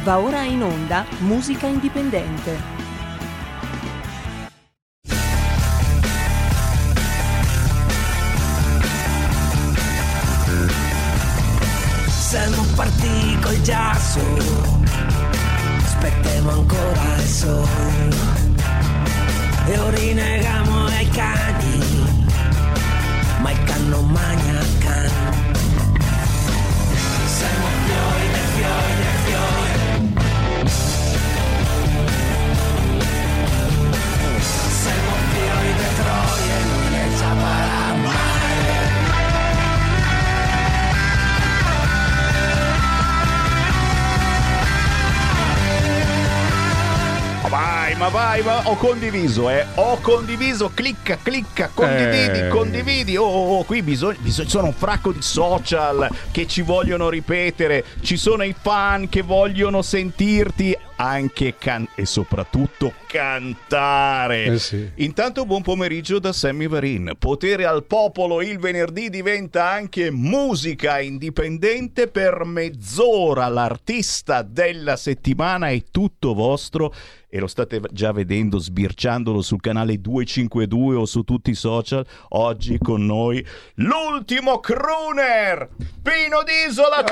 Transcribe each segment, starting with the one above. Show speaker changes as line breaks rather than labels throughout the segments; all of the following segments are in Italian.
Va ora in onda Musica Indipendente.
Siamo partiti col giasso, aspettiamo ancora il sole e orinegamo ai cani, ma il can non magna il can. Siamo fiori dei fiori dei fiori, siamo fiori dei troie, non ne saprà mai.
Ma ho condiviso, clicca, condividi, qui sono un fracco di social che ci vogliono ripetere, ci sono i fan che vogliono sentirti anche e soprattutto cantare.
Sì.
Intanto buon pomeriggio da Sammy Varin. Potere al popolo il venerdì diventa anche musica indipendente per mezz'ora. L'artista della settimana è tutto vostro e lo state già vedendo sbirciandolo sul canale 252 o su tutti i social. Oggi con noi l'ultimo crooner, Pino D'isola.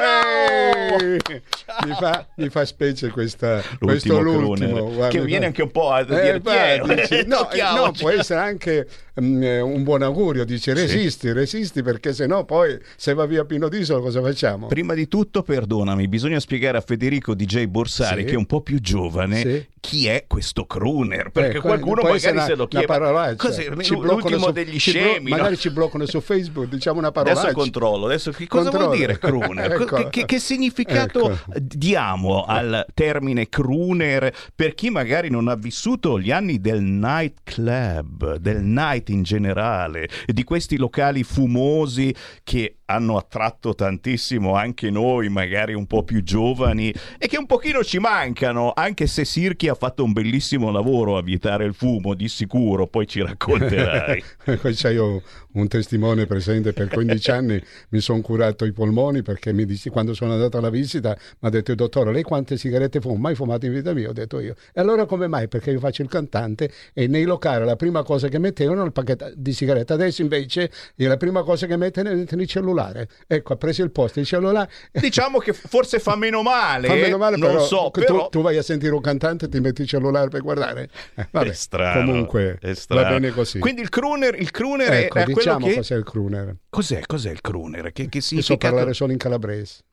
Ciao!
Mi fa specie questo
l'ultimo
guarda,
che viene anche un po' a dire chi è.
No, può essere anche un buon augurio, dice resisti perché sennò poi se va via Pino D'isola cosa facciamo?
Prima di tutto perdonami, bisogna spiegare a Federico DJ Borsari, che è un po' più giovane, chi è questo crooner, perché qualcuno magari se lo chiede, cos'è l'ultimo degli scemi,
magari ci bloccano su Facebook, diciamo una parolaccia.
Adesso controllo, cosa vuol dire crooner?
Ecco.
Che significato diamo al termine crooner per chi magari non ha vissuto gli anni del night club, del night in generale, di questi locali fumosi che hanno attratto tantissimo anche noi, magari un po' più giovani, e che un pochino ci mancano, anche se Sirchi ha fatto un bellissimo lavoro a vietare il fumo, di sicuro, poi ci racconterai.
C'è io un testimone presente, per 15 anni mi sono curato i polmoni, perché mi dice, quando sono andato alla visita mi ha detto il dottore: lei quante sigarette fuma? Mai fumato in vita mia, ho detto io. E allora come mai? Perché io faccio il cantante e nei locali la prima cosa che mettevano il pacchetto di sigarette, adesso invece la prima cosa che mettono è il cellulare. Ecco, ha preso il posto il cellulare.
Diciamo che forse fa meno male,
non
però,
so,
però...
Tu vai a sentire un cantante e ti metti il cellulare per guardare. Vabbè,
è strano,
comunque
è strano.
Va bene così.
Quindi il crooner
ecco,
è
diciamo
quello che...
cos'è il crooner?
Cos'è il crooner? Che significa?
Io so parlare solo in calabrese.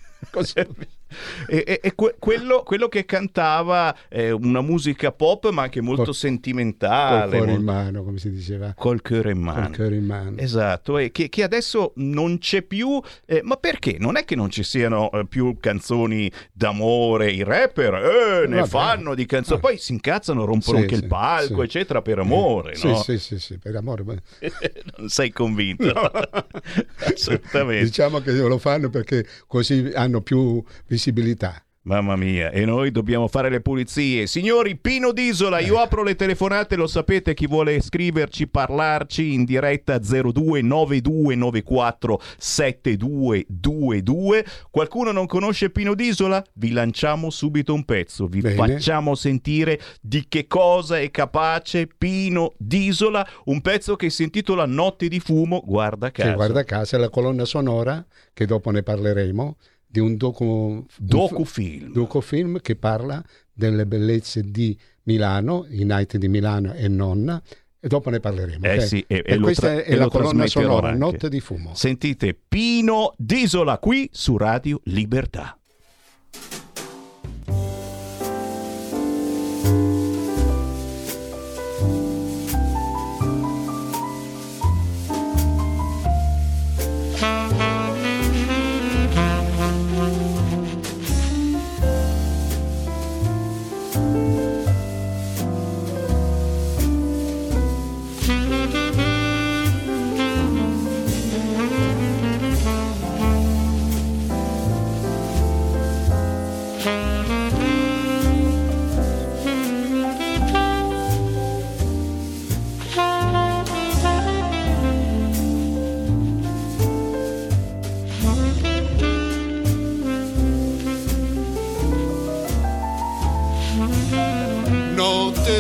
quello che cantava una musica pop ma anche molto sentimentale,
col cuore in mano, come si diceva,
col cuore in mano, esatto, e che adesso non c'è più, ma perché? Non è che non ci siano più canzoni d'amore, i rapper ne fanno di canzoni, poi si incazzano, rompono anche il palco, eccetera, per amore, no?
Sì, per amore.
Non sei convinto? No. Assolutamente.
Diciamo che lo fanno perché così hanno più visibilità.
Mamma mia, e noi dobbiamo fare le pulizie. Signori, Pino D'isola, io apro le telefonate, lo sapete, chi vuole scriverci, parlarci in diretta 0292947222. Qualcuno non conosce Pino D'isola? Vi lanciamo subito un pezzo, vi facciamo sentire di che cosa è capace Pino D'isola, un pezzo che si intitola Notte di fumo, guarda caso.
Sì, guarda caso, è la colonna sonora, che dopo ne parleremo, di un docufilm che parla delle bellezze di Milano, i night di Milano e non, e dopo ne parleremo.
Sì,
e questa è la colonna sonora, anche. Notte di fumo.
Sentite Pino D'isola qui su Radio Libertà.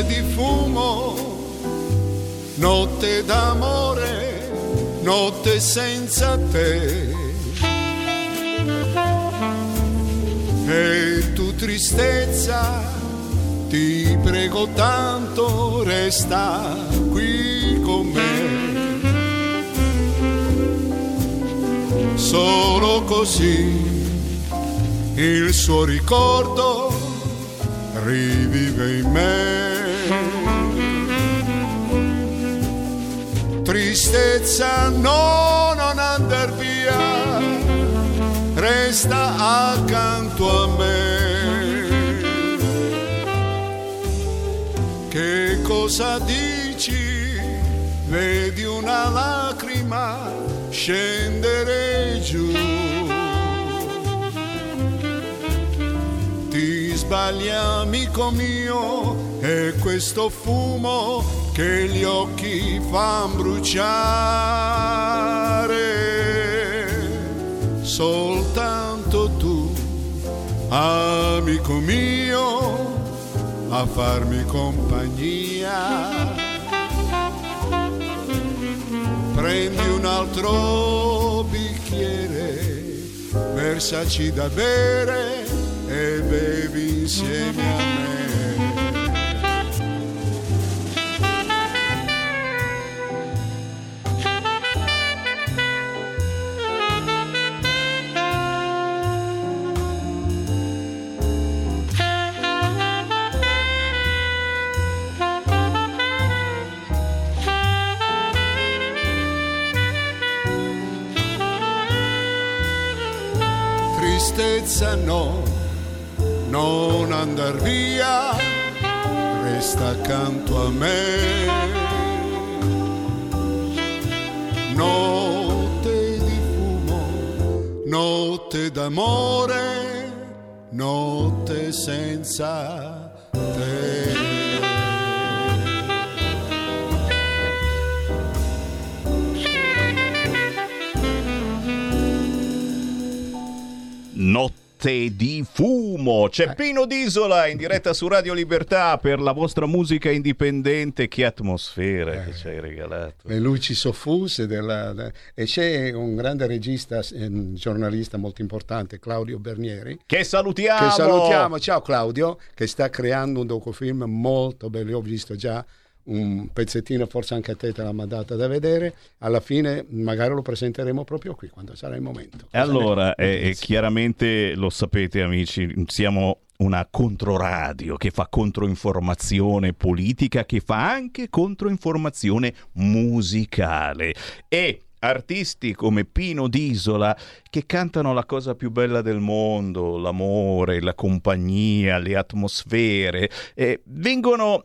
notte di fumo, notte d'amore, notte senza te. E tu tristezza, ti prego tanto, resta qui con me. Solo così il suo ricordo rivive in me. Tristezza, no, non andar via, resta accanto a me. Che cosa dici? Vedi una lacrima scendere giù. Ti sbagli, amico mio, è questo fumo che gli occhi fan bruciare. Soltanto tu, amico mio, a farmi compagnia. Prendi un altro bicchiere, versaci da bere e bevi insieme a me. Tristezza, no, non andar via, resta accanto a me. Notte di fumo, notte d'amore, notte senza te.
Notte di fumo, c'è Pino D'Isola in diretta su Radio Libertà per la vostra musica indipendente. Che atmosfera che ci hai regalato,
le luci soffuse e c'è un grande regista, giornalista molto importante, Claudio Bernieri,
che salutiamo.
Ciao Claudio, che sta creando un docufilm molto bello. Io ho visto già un pezzettino, forse anche a te l'ha mandata da vedere. Alla fine magari lo presenteremo proprio qui quando sarà il momento.
E allora chiaramente lo sapete, amici, siamo una controradio che fa controinformazione politica, che fa anche controinformazione musicale, e artisti come Pino D'Isola che cantano la cosa più bella del mondo, l'amore, la compagnia, le atmosfere, vengono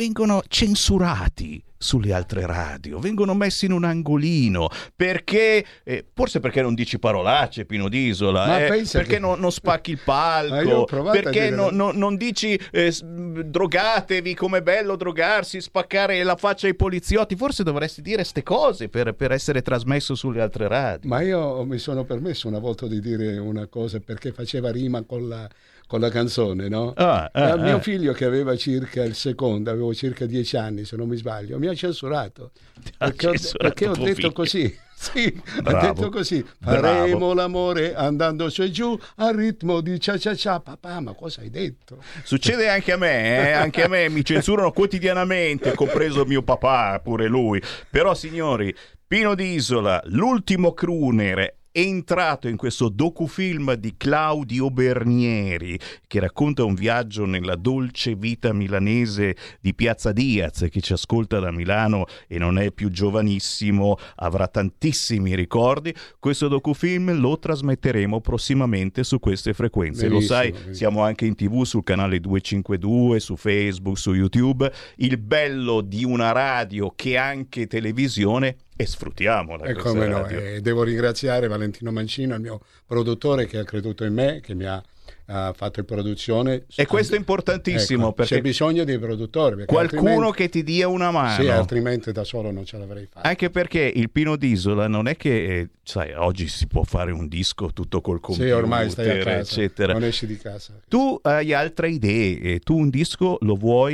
censurati sulle altre radio, vengono messi in un angolino perché forse perché non dici parolacce, Pino D'Isola, perché non spacchi il palco, perché non dici drogatevi, com'è bello drogarsi, spaccare la faccia ai poliziotti. Forse dovresti dire ste cose per essere trasmesso sulle altre radio.
Ma io mi sono permesso una volta di dire una cosa perché faceva rima con la canzone, no? Mio figlio, che aveva avevo circa 10 anni, se non mi sbaglio, mi ha censurato perché ho detto così. Sì,
bravo,
ha detto così: faremo l'amore andando su e giù al ritmo di cia cia cia. Papà, ma cosa hai detto?
Succede anche a me, anche a me mi censurano quotidianamente, compreso mio papà, pure lui. Però signori, Pino D'Isola, l'ultimo crooner, è entrato in questo docufilm di Claudio Bernieri che racconta un viaggio nella dolce vita milanese di Piazza Diaz. Chi ci ascolta da Milano e non è più giovanissimo avrà tantissimi ricordi. Questo docufilm lo trasmetteremo prossimamente su queste frequenze. Lo sai, benissimo. Siamo anche in TV sul canale 252, su Facebook, su YouTube. Il bello di una radio che è anche televisione, e sfruttiamola.
E come no, devo ringraziare Valentino Mancino, il mio produttore, che ha creduto in me, che mi ha fatto in produzione.
E questo è importantissimo,
ecco,
perché
c'è bisogno di produttori,
qualcuno che ti dia una mano.
Sì, altrimenti da solo non ce l'avrei fatto.
Anche perché il Pino D'Isola non è che sai, oggi si può fare un disco tutto col computer,
sì, ormai stai a casa,
eccetera.
Non esci di casa.
Tu hai altre idee, tu un disco lo vuoi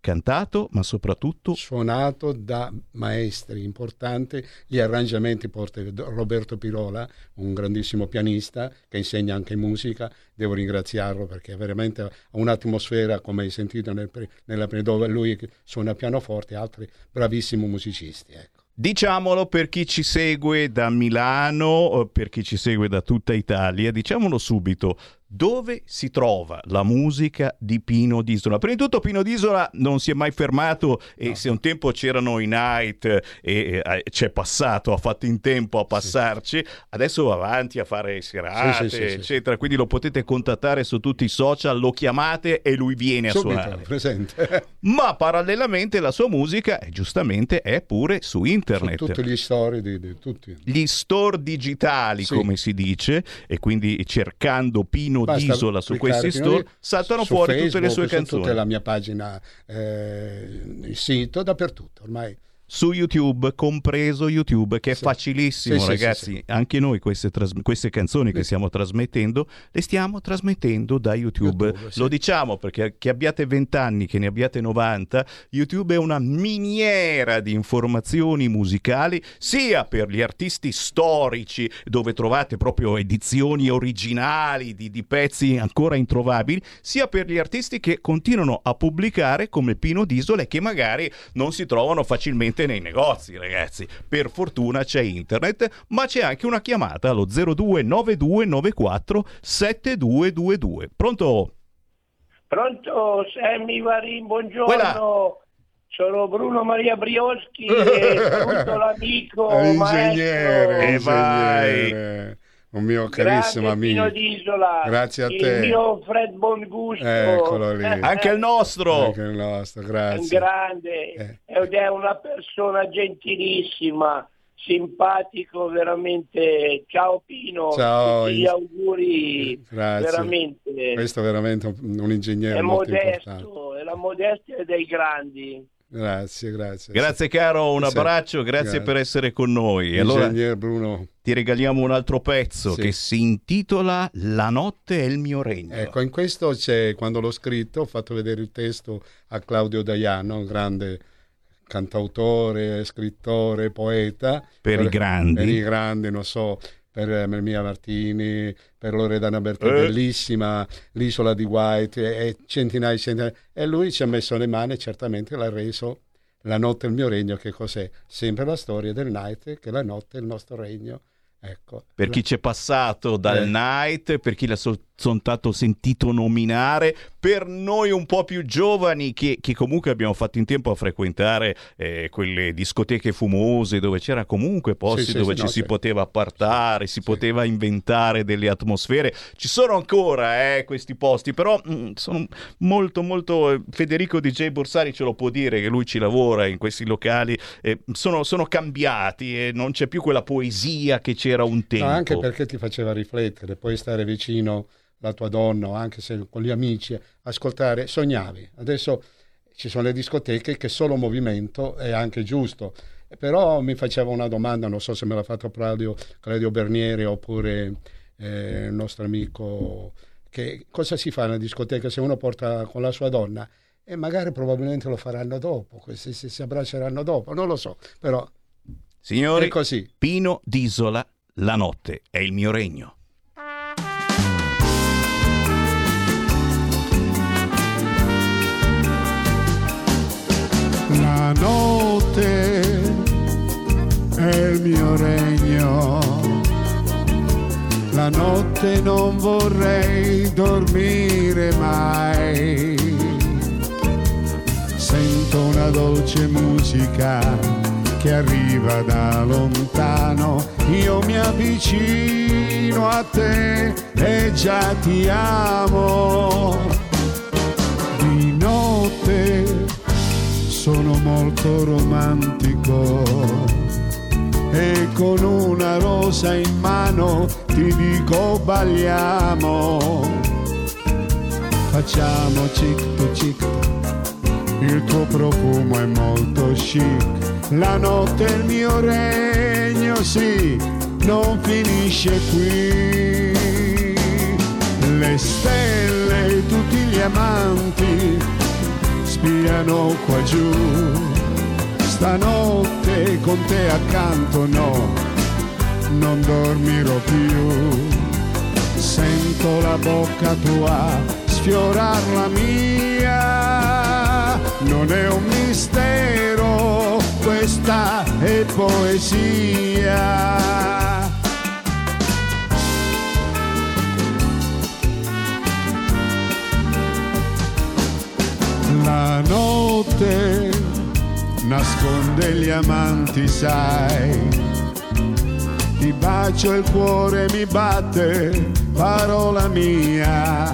cantato, ma soprattutto
suonato da maestri importanti. Gli arrangiamenti porta Roberto Pirola, un grandissimo pianista che insegna anche musica. Devo ringraziarlo perché veramente ha un'atmosfera, come hai sentito nella dove lui suona pianoforte, altri bravissimi musicisti, ecco.
Diciamolo per chi ci segue da Milano, per chi ci segue da tutta Italia, diciamolo subito, dove si trova la musica di Pino D'Isola? Prima di tutto Pino D'Isola non si è mai fermato e se un tempo c'erano i night e c'è passato, ha fatto in tempo a passarci, adesso va avanti a fare serate, eccetera, quindi lo potete contattare su tutti i social, lo chiamate e lui viene a suonare.
Presente.
Ma parallelamente la sua musica giustamente è pure su internet.
Su tutti gli store di tutti.
Gli store digitali, come si dice, e quindi cercando Pino D'Isola su questi store saltano fuori Facebook, tutte le sue canzoni.
Tutta la mia pagina, il sito, dappertutto ormai.
Su YouTube, compreso YouTube, che è facilissimo, ragazzi. Anche noi queste canzoni che stiamo trasmettendo, le stiamo trasmettendo da YouTube. Lo diciamo perché che abbiate 20 anni, che ne abbiate 90, YouTube è una miniera di informazioni musicali, sia per gli artisti storici, dove trovate proprio edizioni originali di pezzi ancora introvabili, sia per gli artisti che continuano a pubblicare come Pino D'Isola e che magari non si trovano facilmente nei negozi, ragazzi. Per fortuna c'è internet, ma c'è anche una chiamata allo 029294 7222. Pronto?
Pronto, Sammy Varin, buongiorno.
Quella.
Sono Bruno Maria Brioschi e saluto l'amico
ingegnere,
maestro.
Vai.
Un mio carissimo amico.
Pino D'Isola.
Grazie a te.
Il mio Fred Bongusto.
Eccolo lì.
Anche il nostro.
Grazie.
Un grande. Ed è una persona gentilissima, simpatico, veramente. Ciao Pino.
Ciao.
Tutti gli auguri.
Grazie.
Veramente.
Questo è veramente un ingegnere
è
molto
modesto,
importante.
è la modestia dei grandi.
Grazie.
Grazie caro, un abbraccio, grazie per essere con noi. E allora
Bruno,
ti regaliamo un altro pezzo che si intitola La notte è il mio regno.
Ecco, in questo c'è, quando l'ho scritto, ho fatto vedere il testo a Claudio Daiano, un grande cantautore, scrittore, poeta.
Per i
grandi, non so, per Mia Martini, per Loredana Bertè, bellissima, l'Isola di White e centinaia. E lui ci ha messo le mani e certamente l'ha reso La notte è il mio regno. Che cos'è? Sempre la storia del night, che la notte è il nostro regno. Ecco.
Per chi c'è passato dal night, per chi l'ha soltanto sentito nominare, per noi un po' più giovani che comunque abbiamo fatto in tempo a frequentare quelle discoteche fumose dove c'era comunque posti dove si poteva appartare, si poteva inventare delle atmosfere. Ci sono ancora questi posti, però sono molto molto, Federico DJ Borsari ce lo può dire che lui ci lavora in questi locali, sono cambiati e non c'è più quella poesia che c'era un tempo.
No, anche perché ti faceva riflettere, puoi stare vicino la tua donna o anche se con gli amici, ascoltare, sognavi. Adesso ci sono le discoteche che solo movimento è anche giusto, però mi faceva una domanda, non so se me l'ha fatto Claudio Bernieri oppure il nostro amico, che cosa si fa nella discoteca se uno porta con la sua donna? E magari probabilmente lo faranno dopo, si abbracceranno dopo, non lo so, però
signori,
è così.
Pino D'Isola, La notte è il mio regno.
La notte è il mio regno, la notte non vorrei dormire mai. Sento una dolce musica che arriva da lontano, io mi avvicino a te e già ti amo. Di notte sono molto romantico e con una rosa in mano ti dico balliamo, facciamo cic cic, il tuo profumo è molto chic, la notte è il mio regno, sì, non finisce qui, le stelle, tutti gli amanti spiano qua giù. Stanotte con te accanto no, non dormirò più. Sento la bocca tua sfiorar la mia, non è un mistero, questa è poesia. La notte nasconde gli amanti, sai, ti bacio e il cuore mi batte, parola mia.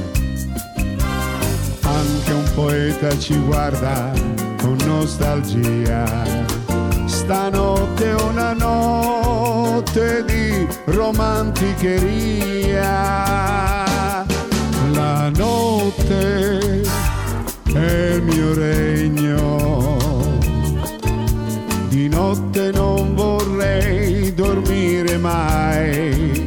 Anche un poeta ci guarda con nostalgia. Stanotte è una notte di romanticheria. La notte è il mio regno, di notte non vorrei dormire mai.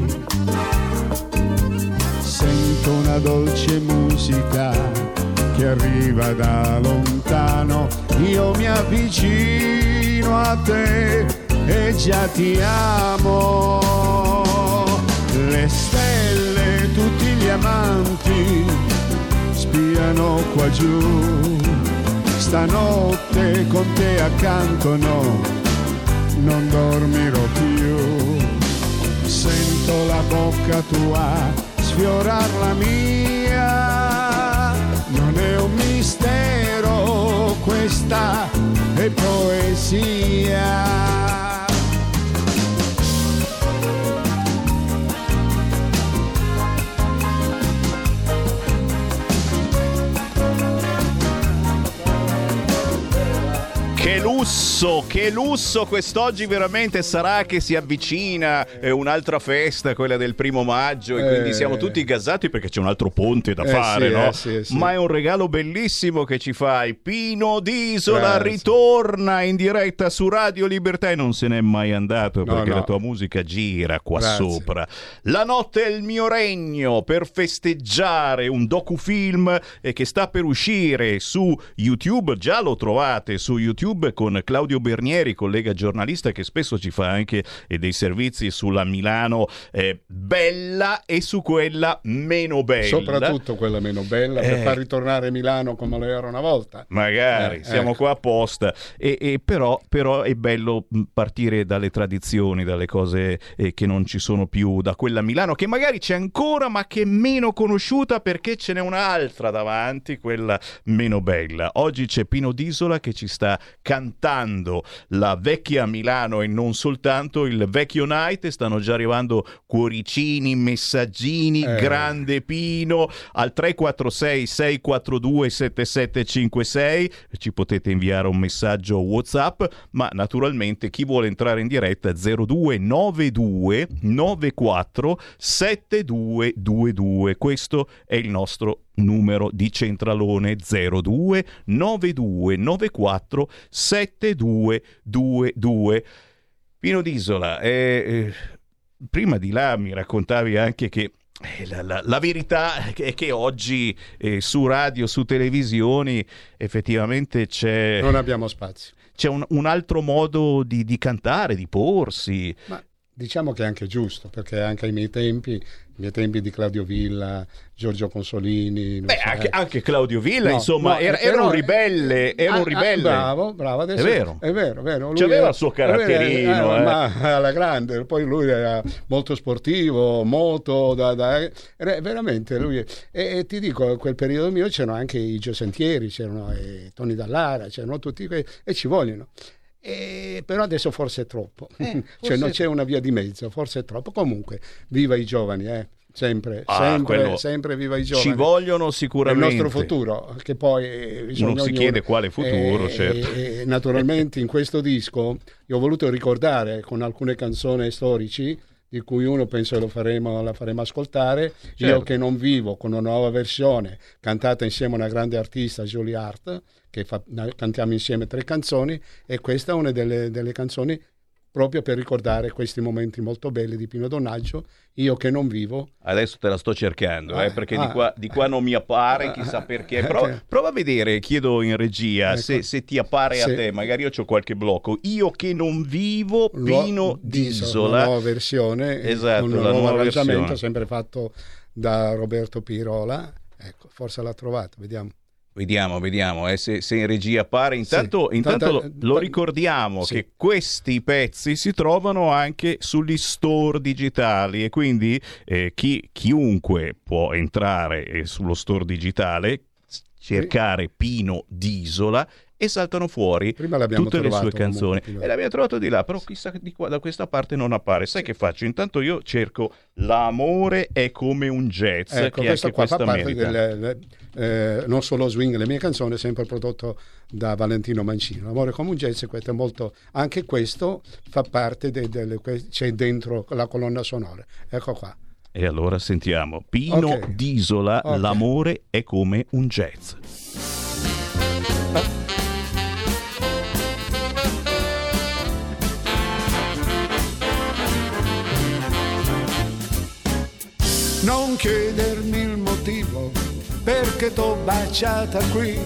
Sento una dolce musica che arriva da lontano, io mi avvicino a te e già ti amo. Le stelle, tutti gli amanti spiano qua giù. Stanotte con te accanto no, non dormirò più. Sento la bocca tua sfiorar la mia, non è un mistero, questa è poesia.
Che lusso quest'oggi veramente. Sarà che si avvicina un'altra festa, quella del 1° maggio, e quindi siamo tutti gasati perché c'è un altro ponte da fare,
sì,
no?
sì.
Ma è un regalo bellissimo che ci fai. Pino D'Isola ritorna in diretta su Radio Libertà e non se n'è mai andato, perché la tua musica gira qua sopra. La notte è il mio regno, per festeggiare un docufilm che sta per uscire su YouTube. Già lo trovate su YouTube con Claudio Bernieri, collega giornalista che spesso ci fa anche dei servizi sulla Milano bella e su quella meno bella.
Soprattutto quella meno bella, per far ritornare Milano come lo era una volta.
Magari, siamo qua apposta. Però è bello partire dalle tradizioni, dalle cose che non ci sono più, da quella Milano che magari c'è ancora ma che è meno conosciuta perché ce n'è un'altra davanti, quella meno bella. Oggi c'è Pino D'Isola che ci sta cantando la vecchia Milano e non soltanto, il vecchio night. Stanno già arrivando cuoricini, messaggini, grande Pino al 346 642 7756. Ci potete inviare un messaggio WhatsApp, ma naturalmente chi vuole entrare in diretta 0292 94 7222. Questo è il nostro numero di centralone, 02 92 94 7222. Pino D'Isola, prima di là mi raccontavi anche che la verità è che oggi su radio, su televisioni effettivamente
non abbiamo spazio.
C'è un altro modo di cantare, di porsi.
Ma diciamo che è anche giusto, perché anche ai miei tempi di Claudio Villa, Giorgio Consolini.
Anche Claudio Villa, insomma, era un ribelle. Era un ribelle.
Bravo. Adesso è vero. Lui
c'aveva il suo caratterino.
Ma alla grande. Poi lui era molto sportivo, moto, veramente lui. E ti dico, in quel periodo mio c'erano anche i Gio Sentieri, c'erano Tony Dallara, c'erano tutti e ci vogliono. Però adesso forse è troppo, cioè non c'è una via di mezzo, forse è troppo. Comunque viva i giovani, sempre viva i giovani,
ci vogliono sicuramente,
è il nostro futuro, che poi
non si chiede quale futuro, certo.
Naturalmente in questo disco io ho voluto ricordare con alcune canzoni storici, di cui uno penso la faremo ascoltare, certo. Io che non vivo, con una nuova versione cantata insieme a una grande artista, Jolie Hart, che cantiamo insieme 3 canzoni, e questa è una delle canzoni proprio per ricordare questi momenti molto belli di Pino Donaggio, io che non vivo.
Adesso te la sto cercando, perché di qua non mi appare, chissà perché. Prova a vedere, chiedo in regia,
ecco.
se ti appare a te, magari io c'ho qualche blocco. Io che non vivo, Pino D'Isola.
La nuova versione,
esatto,
un nuovo arrangiamento sempre fatto da Roberto Pirola. Ecco, forse l'ha trovato, vediamo.
Vediamo se in regia appare. Intanto lo ricordiamo che questi pezzi si trovano anche sugli store digitali e quindi chiunque può entrare sullo store digitale, cercare Pino D'Isola e saltano fuori tutte le sue canzoni. E l'abbiamo trovato di là, però chissà di qua, da questa parte non appare. Sai che faccio? Intanto io cerco L'amore è come un jazz,
ecco,
che anche questa merita.
Non solo swing, le mie canzoni, sempre prodotto da Valentino Mancino. L'amore è come un jazz, questo è molto, anche questo fa parte c'è dentro la colonna sonora. Ecco qua.
E allora sentiamo Pino D'Isola, L'amore è come un jazz.
Non chiedermi il motivo perché t'ho baciata qui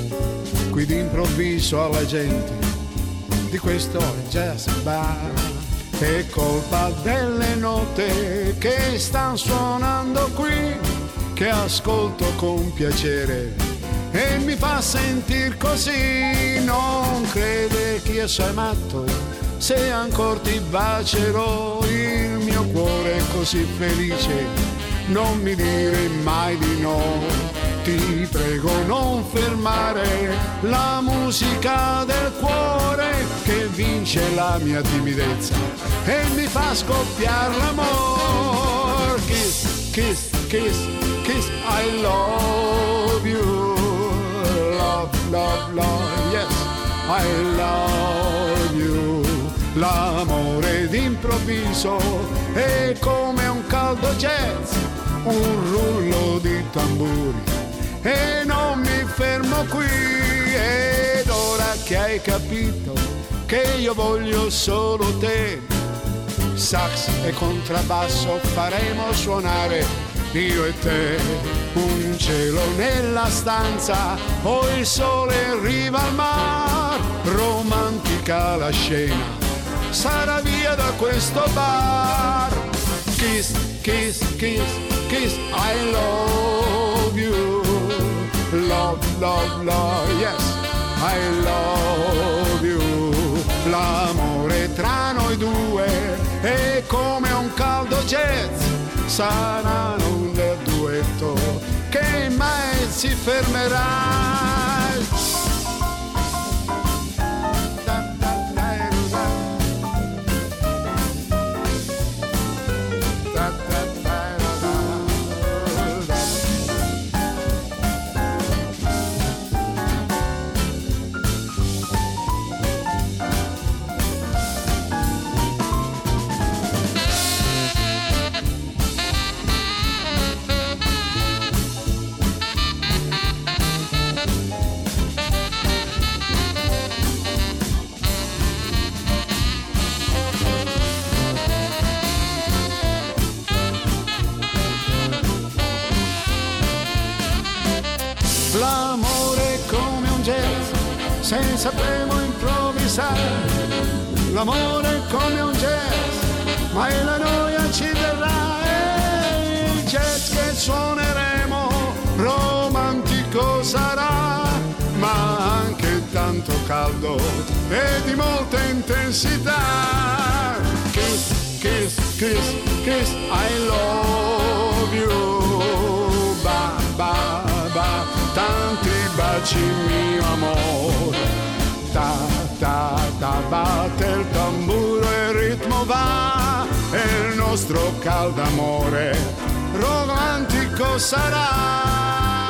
d'improvviso alla gente di questo jazz bar. È colpa delle note che stanno suonando qui, che ascolto con piacere e mi fa sentir così. Non crede che io sia matto, se ancora ti bacerò, il mio cuore è così felice. Non mi dire mai di no, ti prego non fermare la musica del cuore che vince la mia timidezza e mi fa scoppiare l'amore. Kiss, kiss, kiss, kiss, I love you. Love, love, love, yes, I love you. L'amore d'improvviso è come un caldo jazz, un rullo di tamburi e non mi fermo qui. Ed ora che hai capito che io voglio solo te, sax e contrabbasso faremo suonare io e te. Un cielo nella stanza o il sole in riva al mar, romantica la scena sarà via da questo bar. Kiss, kiss, kiss, kiss, I love you. Love, love, love, yes, I love you. L'amore tra noi due è come un caldo jazz, sarà un duetto che mai si fermerà. L'amore è come un jazz, se sapremo improvvisare. L'amore è come un jazz, ma la noia ci verrà. E il jazz che suoneremo romantico sarà, ma anche tanto caldo e di molta intensità. Kiss, kiss, kiss, kiss, I love you. Ba, ba, ba. Tanti baci mio amore, ta ta ta, batte il tamburo e il ritmo va, e il nostro caldo amore romantico sarà.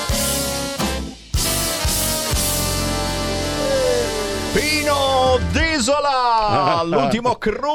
Pino d'Isola, l'ultimo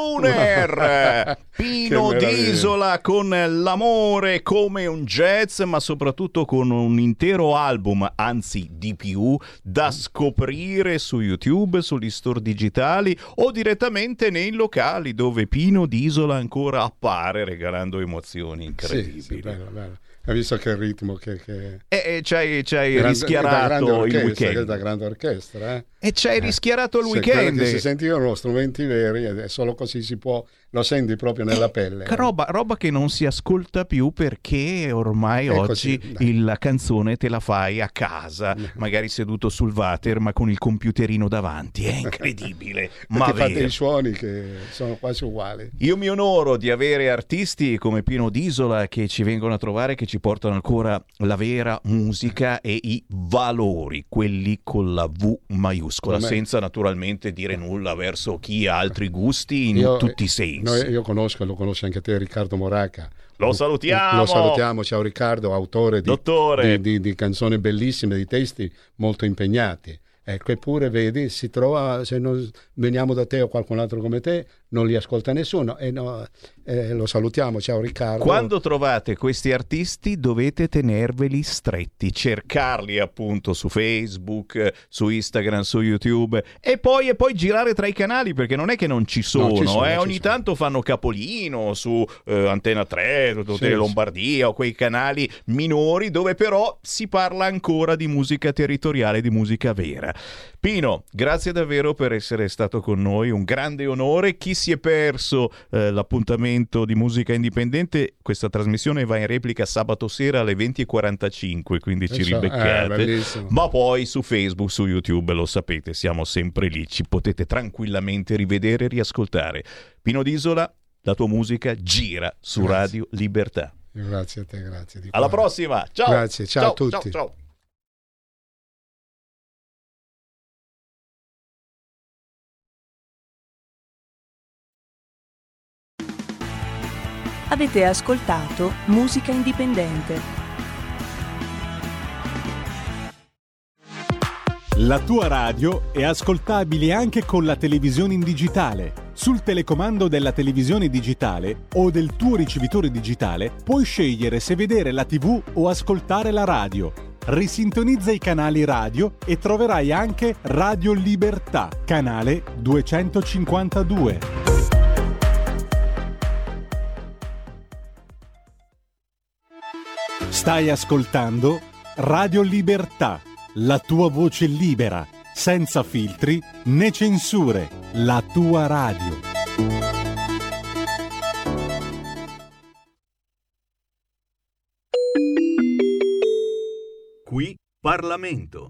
crooner. Pino d'Isola con l'amore come un jazz, ma soprattutto con un intero album, anzi di più, da scoprire su YouTube, sugli store digitali o direttamente nei locali dove Pino d'Isola ancora appare, regalando emozioni incredibili.
Sì, bello. Hai visto che ritmo che...
ci hai rischiarato il weekend.
Da grande orchestra,
E ci hai rischiarato il weekend.
Che si sentivano strumenti veri, e solo così si può, lo senti proprio nella pelle.
Roba che non si ascolta più, perché ormai oggi la canzone te la fai a casa, magari seduto sul water ma con il computerino davanti. È incredibile. Ma
ti fa dei suoni che sono quasi uguali.
Io mi onoro di avere artisti come Pino d'Isola che ci vengono a trovare, che ci portano ancora la vera musica e i valori, quelli con la V maiuscola, senza naturalmente dire nulla verso chi ha altri gusti in tutti i sensi.
Io conosco, lo conosci anche te, Riccardo Moraca.
Lo salutiamo.
Ciao Riccardo, autore di canzoni bellissime, di testi molto impegnati. Ecco, eppure vedi, si trova, se non veniamo da te o qualcun altro come te, non li ascolta nessuno. Lo salutiamo, ciao Riccardo.
Quando trovate questi artisti dovete tenerveli stretti, cercarli appunto su Facebook, su Instagram, su YouTube e poi girare tra i canali, perché non è che non ci sono, ogni tanto fanno capolino su Antena 3, Tele Lombardia o quei canali minori dove però si parla ancora di musica territoriale, di musica vera. Pino, grazie davvero per essere stato con noi, un grande onore. Chi si è perso l'appuntamento di Musica Indipendente, questa trasmissione va in replica sabato sera alle 20:45, quindi ci ribeccate. Ma poi su Facebook, su YouTube, lo sapete, siamo sempre lì, ci potete tranquillamente rivedere e riascoltare. Pino d'Isola, la tua musica gira su Radio Libertà.
Grazie a te, grazie.
Alla prossima, ciao!
Grazie, ciao a tutti.
Ciao.
Avete ascoltato Musica Indipendente.
La tua radio è ascoltabile anche con la televisione in digitale. Sul telecomando della televisione digitale o del tuo ricevitore digitale puoi scegliere se vedere la TV o ascoltare la radio. Risintonizza i canali radio e troverai anche Radio Libertà, canale 252. Stai ascoltando Radio Libertà, la tua voce libera, senza filtri né censure, la tua radio.
Qui Parlamento.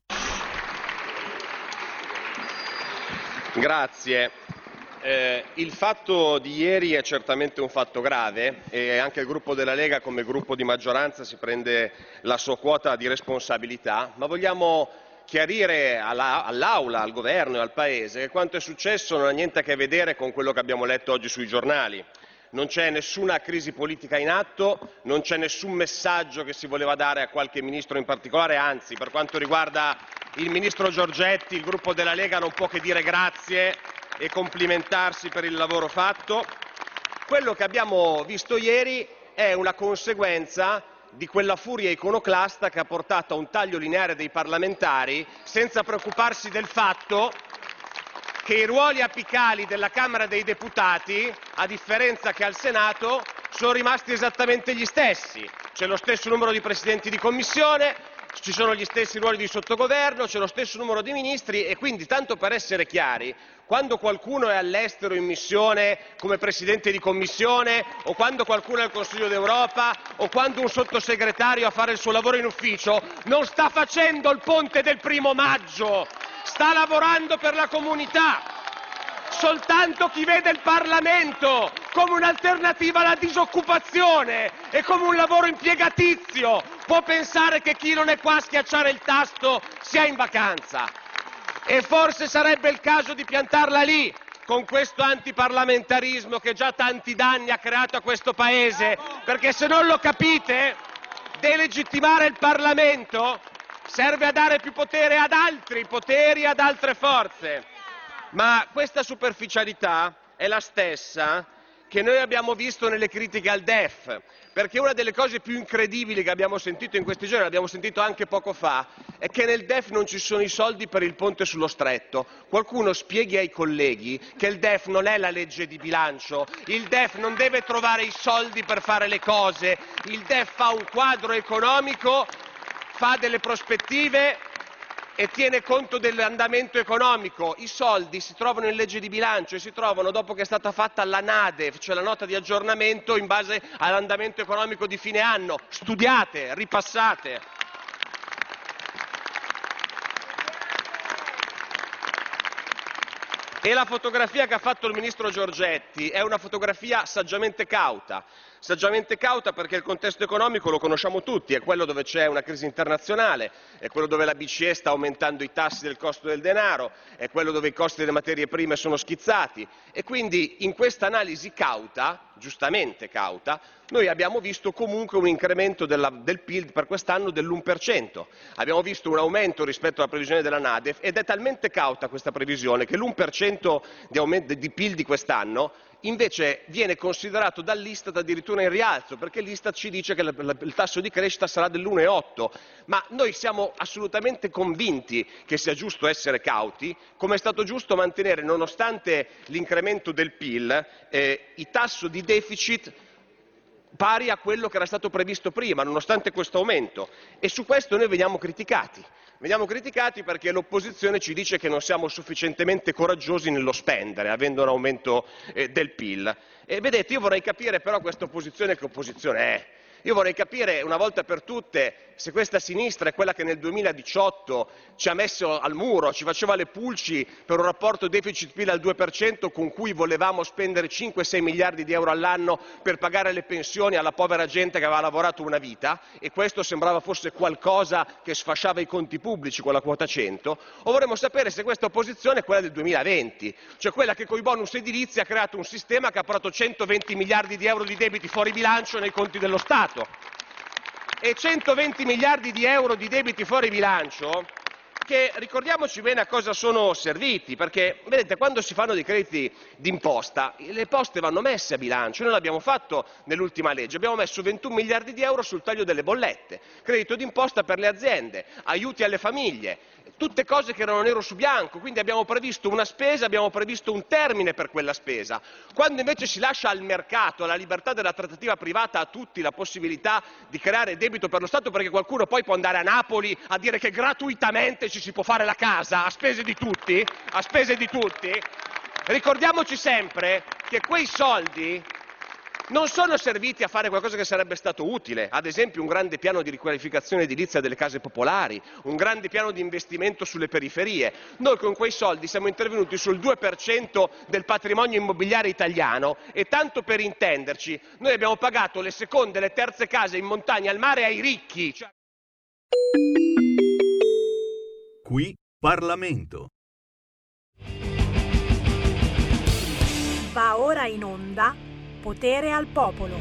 Grazie. Il fatto di ieri è certamente un fatto grave e anche il gruppo della Lega come gruppo di maggioranza si prende la sua quota di responsabilità, ma vogliamo chiarire all'Aula, al Governo e al Paese che quanto è successo non ha niente a che vedere con quello che abbiamo letto oggi sui giornali. Non c'è nessuna crisi politica in atto, non c'è nessun messaggio che si voleva dare a qualche ministro in particolare, anzi per quanto riguarda il ministro Giorgetti il gruppo della Lega non può che dire grazie e complimentarsi per il lavoro fatto. Quello che abbiamo visto ieri è una conseguenza di quella furia iconoclasta che ha portato a un taglio lineare dei parlamentari senza preoccuparsi del fatto che i ruoli apicali della Camera dei Deputati, a differenza che al Senato, sono rimasti esattamente gli stessi. C'è lo stesso numero di presidenti di commissione, ci sono gli stessi ruoli di sottogoverno, c'è lo stesso numero di ministri e quindi, tanto per essere chiari, quando qualcuno è all'estero in missione come presidente di commissione o quando qualcuno è al Consiglio d'Europa o quando un sottosegretario a fare il suo lavoro in ufficio non sta facendo il ponte del 1° maggio, sta lavorando per la comunità. Soltanto chi vede il Parlamento come un'alternativa alla disoccupazione e come un lavoro impiegatizio può pensare che chi non è qua a schiacciare il tasto sia in vacanza. E forse sarebbe il caso di piantarla lì, con questo antiparlamentarismo che già tanti danni ha creato a questo Paese, perché se non lo capite, delegittimare il Parlamento serve a dare più potere ad altri poteri, ad altre forze. Ma questa superficialità è la stessa che noi abbiamo visto nelle critiche al DEF, perché una delle cose più incredibili che abbiamo sentito in questi giorni, l'abbiamo sentito anche poco fa, è che nel DEF non ci sono i soldi per il ponte sullo Stretto. Qualcuno spieghi ai colleghi che il DEF non è la legge di bilancio, il DEF non deve trovare i soldi per fare le cose, il DEF fa un quadro economico, fa delle prospettive e tiene conto dell'andamento economico. I soldi si trovano in legge di bilancio e si trovano dopo che è stata fatta la NADEF, cioè la nota di aggiornamento in base all'andamento economico di fine anno. Studiate, ripassate. E la fotografia che ha fatto il ministro Giorgetti è una fotografia saggiamente cauta perché il contesto economico lo conosciamo tutti, è quello dove c'è una crisi internazionale, è quello dove la BCE sta aumentando i tassi del costo del denaro, è quello dove i costi delle materie prime sono schizzati e quindi in questa analisi cauta, giustamente cauta, noi abbiamo visto comunque un incremento del PIL per quest'anno dell'1%, abbiamo visto un aumento rispetto alla previsione della NADEF ed è talmente cauta questa previsione che l'1% di PIL di quest'anno invece viene considerato dall'Istat addirittura in rialzo, perché l'Istat ci dice che il tasso di crescita sarà dell'1,8, ma noi siamo assolutamente convinti che sia giusto essere cauti, come è stato giusto mantenere, nonostante l'incremento del PIL, il tasso di deficit pari a quello che era stato previsto prima, nonostante questo aumento. E su questo noi veniamo criticati. Veniamo criticati perché l'opposizione ci dice che non siamo sufficientemente coraggiosi nello spendere, avendo un aumento del PIL. E vedete, io vorrei capire però questa opposizione che opposizione è. Io vorrei capire una volta per tutte se questa sinistra è quella che nel 2018 ci ha messo al muro, ci faceva le pulci per un rapporto deficit-PIL al 2% con cui volevamo spendere 5-6 miliardi di euro all'anno per pagare le pensioni alla povera gente che aveva lavorato una vita e questo sembrava fosse qualcosa che sfasciava i conti pubblici con la quota 100, o vorremmo sapere se questa opposizione è quella del 2020, cioè quella che con i bonus edilizi ha creato un sistema che ha portato 120 miliardi di euro di debiti fuori bilancio nei conti dello Stato. E 120 miliardi di euro di debiti fuori bilancio che ricordiamoci bene a cosa sono serviti, perché vedete quando si fanno dei crediti d'imposta le poste vanno messe a bilancio, noi l'abbiamo fatto nell'ultima legge, abbiamo messo 21 miliardi di euro sul taglio delle bollette, credito d'imposta per le aziende, aiuti alle famiglie, tutte cose che erano nero su bianco, quindi abbiamo previsto una spesa, abbiamo previsto un termine per quella spesa. Quando invece si lascia al mercato, alla libertà della trattativa privata, a tutti la possibilità di creare debito per lo Stato, perché qualcuno poi può andare a Napoli a dire che gratuitamente ci si può fare la casa a spese di tutti, ricordiamoci sempre che quei soldi non sono serviti a fare qualcosa che sarebbe stato utile, ad esempio un grande piano di riqualificazione edilizia delle case popolari, un grande piano di investimento sulle periferie. Noi con quei soldi siamo intervenuti sul 2% del patrimonio immobiliare italiano e tanto per intenderci, noi abbiamo pagato le seconde e le terze case in montagna al mare ai ricchi.
Qui Parlamento.
Va ora in onda Potere al Popolo.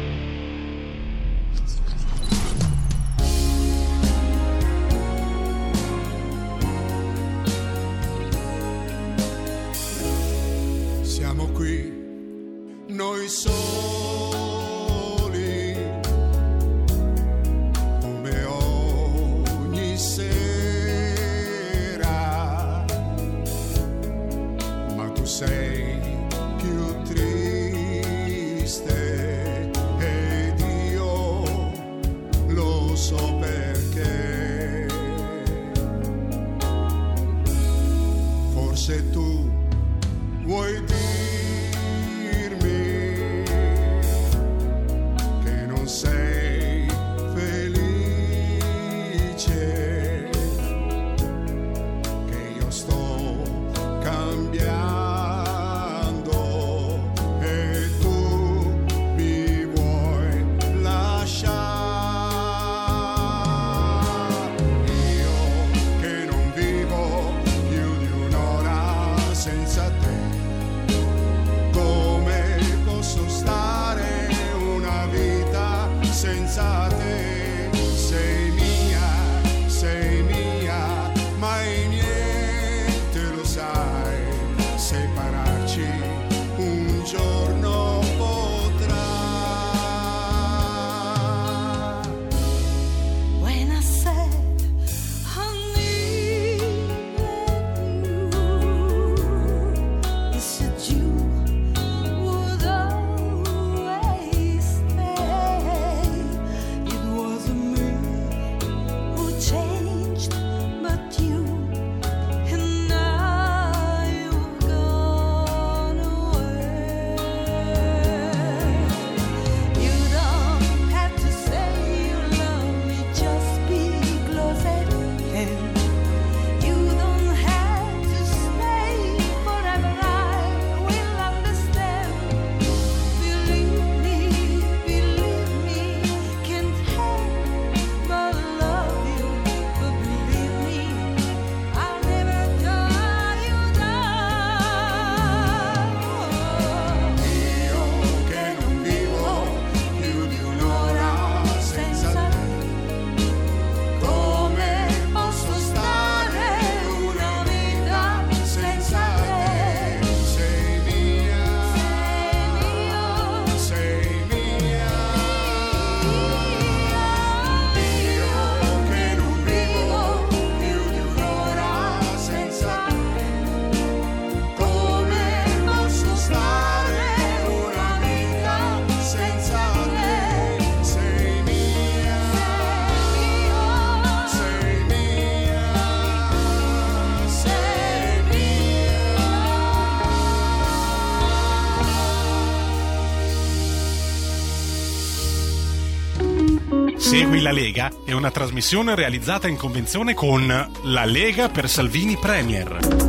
Siamo qui, noi soli, come ogni sera, ma tu sei più triste ed io lo so perché. Forse tu vuoi dirmi
Segui la Lega è una trasmissione realizzata in convenzione con La Lega per Salvini Premier.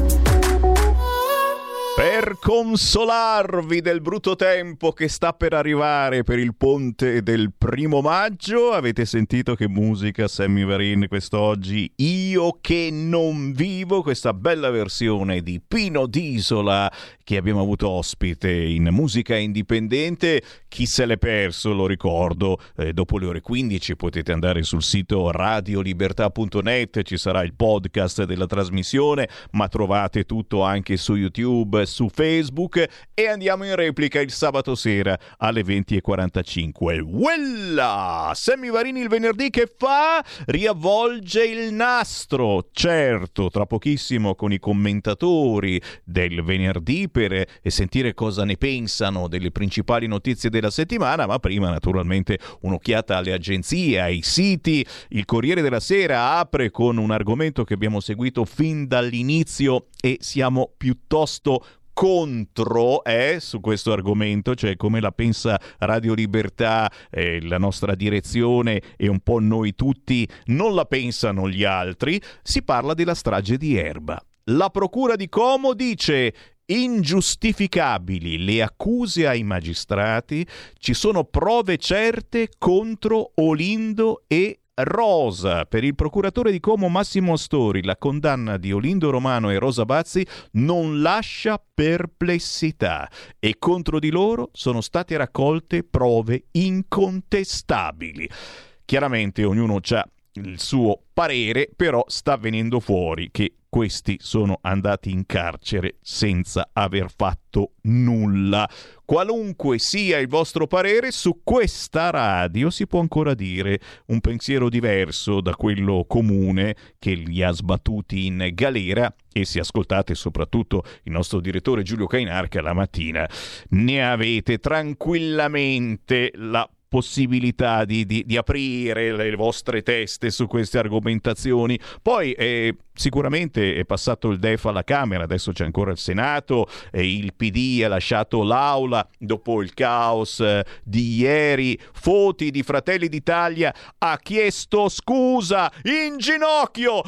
Per consolarvi del brutto tempo che sta per arrivare per il ponte del 1° maggio, avete sentito che musica Sammy Varin quest'oggi? Io che non vivo, questa bella versione di Pino D'isola che abbiamo avuto ospite in Musica Indipendente. Chi se l'è perso, lo ricordo, dopo le ore 15 potete andare sul sito radiolibertà.net, ci sarà il podcast della trasmissione, ma trovate tutto anche su YouTube, su Facebook, e andiamo in replica il sabato sera alle 20:45. Uella! Sammy Varini il venerdì che fa? Riavvolge il nastro, certo, tra pochissimo con i commentatori del venerdì per sentire cosa ne pensano delle principali notizie della settimana, ma prima naturalmente un'occhiata alle agenzie, ai siti. Il Corriere della Sera apre con un argomento che abbiamo seguito fin dall'inizio e siamo piuttosto contro su questo argomento, cioè come la pensa Radio Libertà, la nostra direzione e un po' noi tutti non la pensano gli altri. Si parla della strage di Erba. La procura di Como dice: ingiustificabili le accuse ai magistrati, ci sono prove certe contro Olindo e Rosa. Per il procuratore di Como Massimo Astori la condanna di Olindo Romano e Rosa Bazzi non lascia perplessità e contro di loro sono state raccolte prove incontestabili. Chiaramente ognuno ha il suo parere, però sta venendo fuori che questi sono andati in carcere senza aver fatto nulla. Qualunque sia il vostro parere, su questa radio si può ancora dire un pensiero diverso da quello comune che li ha sbattuti in galera, e se ascoltate soprattutto il nostro direttore Giulio Cainarca la mattina ne avete tranquillamente la possibilità di aprire le vostre teste su queste argomentazioni. Poi sicuramente è passato il DEF alla Camera, adesso c'è ancora il Senato, il PD ha lasciato l'aula dopo il caos di ieri. Foti di Fratelli d'Italia ha chiesto scusa in ginocchio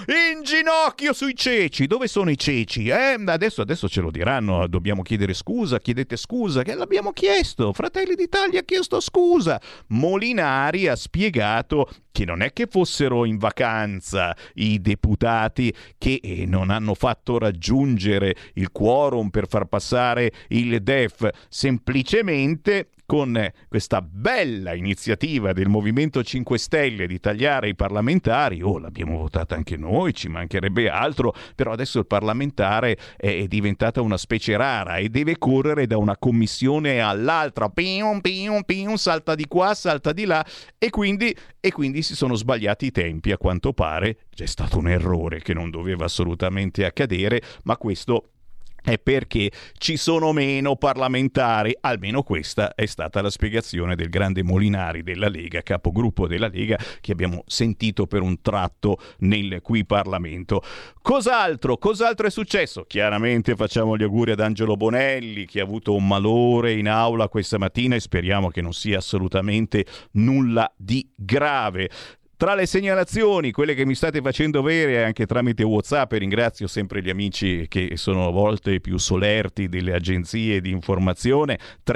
sui ceci. Dove sono i ceci? Adesso ce lo diranno, dobbiamo chiedere scusa, chiedete scusa, che l'abbiamo chiesto, Fratelli d'Italia ha chiesto scusa. Molinari ha spiegato che non è che fossero in vacanza i deputati che non hanno fatto raggiungere il quorum per far passare il DEF, semplicemente con questa bella iniziativa del Movimento 5 Stelle di tagliare i parlamentari. L'abbiamo votata anche noi, ci mancherebbe altro, però adesso il parlamentare è diventata una specie rara e deve correre da una commissione all'altra, pium, salta di qua, salta di là, e quindi si sono sbagliati i tempi, a quanto pare. C'è stato un errore che non doveva assolutamente accadere, ma questo è perché ci sono meno parlamentari. Almeno questa è stata la spiegazione del grande Molinari della Lega, capogruppo della Lega, che abbiamo sentito per un tratto nel Qui Parlamento. Cos'altro è successo? Chiaramente facciamo gli auguri ad Angelo Bonelli, che ha avuto un malore in aula questa mattina, e speriamo che non sia assolutamente nulla di grave. Tra le segnalazioni, quelle che mi state facendo avere anche tramite WhatsApp, e ringrazio sempre gli amici che sono a volte più solerti delle agenzie di informazione,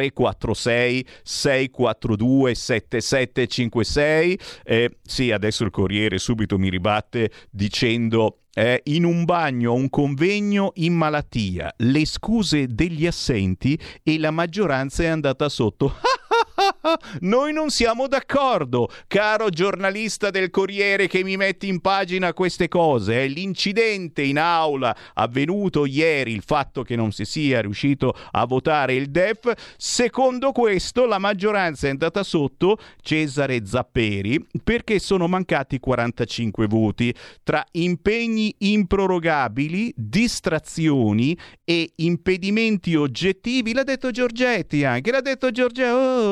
346 642 7756. Sì, adesso il Corriere subito mi ribatte dicendo: in un bagno a un convegno in malattia, le scuse degli assenti e la maggioranza è andata sotto. Noi non siamo d'accordo, caro giornalista del Corriere che mi metti in pagina queste cose. È l'incidente in aula avvenuto ieri, il fatto che non si sia riuscito a votare il DEF. Secondo questo la maggioranza è andata sotto Cesare Zapperi perché sono mancati 45 voti tra impegni improrogabili, distrazioni e impedimenti oggettivi. L'ha detto Giorgetti anche, l'ha detto Giorgetti.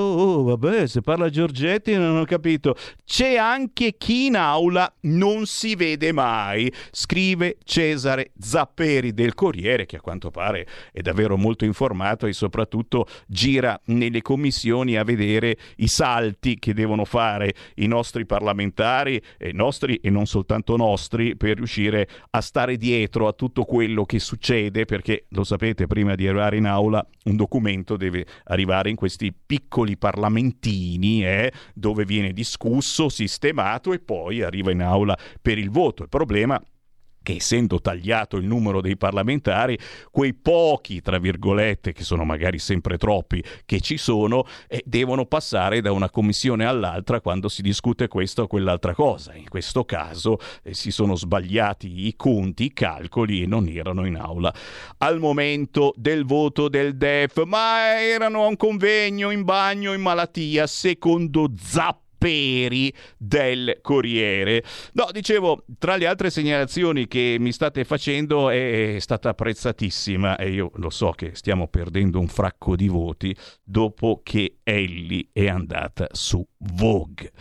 vabbè, se parla Giorgetti non ho capito. C'è anche chi in aula non si vede mai, scrive Cesare Zapperi del Corriere, che a quanto pare è davvero molto informato e soprattutto gira nelle commissioni a vedere i salti che devono fare i nostri parlamentari, nostri e non soltanto nostri, per riuscire a stare dietro a tutto quello che succede, perché lo sapete, prima di arrivare in aula un documento deve arrivare in questi piccoli parlamentini dove viene discusso, sistemato e poi arriva in aula per il voto. Il problema che, essendo tagliato il numero dei parlamentari, quei pochi, tra virgolette, che sono magari sempre troppi, che ci sono, devono passare da una commissione all'altra quando si discute questa o quell'altra cosa. In questo caso si sono sbagliati i conti, i calcoli, e non erano in aula al momento del voto del DEF, ma erano a un convegno, in bagno, in malattia, secondo Zapperi del Corriere. No, dicevo, tra le altre segnalazioni che mi state facendo è stata apprezzatissima, e io lo so che stiamo perdendo un fracco di voti dopo che Ellie è andata su Vogue.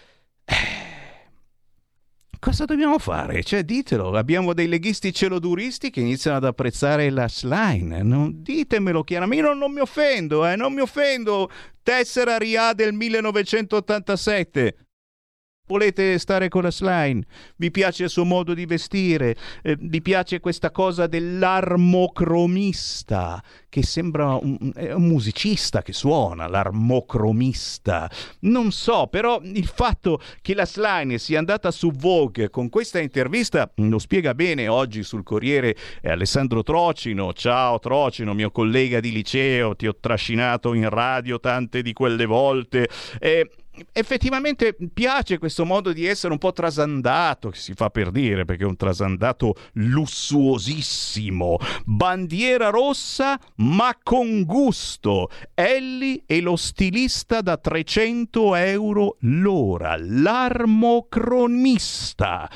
Cosa dobbiamo fare? Cioè, ditelo, abbiamo dei leghisti celoduristi che iniziano ad apprezzare la Schlein. Non ditemelo chiaramente, io non mi offendo, non mi offendo. Tessera Ria del 1987. Volete stare con la Schlein? Vi piace il suo modo di vestire? Vi piace questa cosa dell'armocromista, che sembra un musicista che suona, l'armocromista? Non so, però il fatto che la Schlein sia andata su Vogue con questa intervista lo spiega bene oggi sul Corriere Alessandro Trocino. Ciao Trocino, mio collega di liceo, ti ho trascinato in radio tante di quelle volte. Effettivamente piace questo modo di essere un po' trasandato, che si fa per dire, perché è un trasandato lussuosissimo. Bandiera rossa ma con gusto. Ellie è lo stilista da 300 euro l'ora, l'armocronista.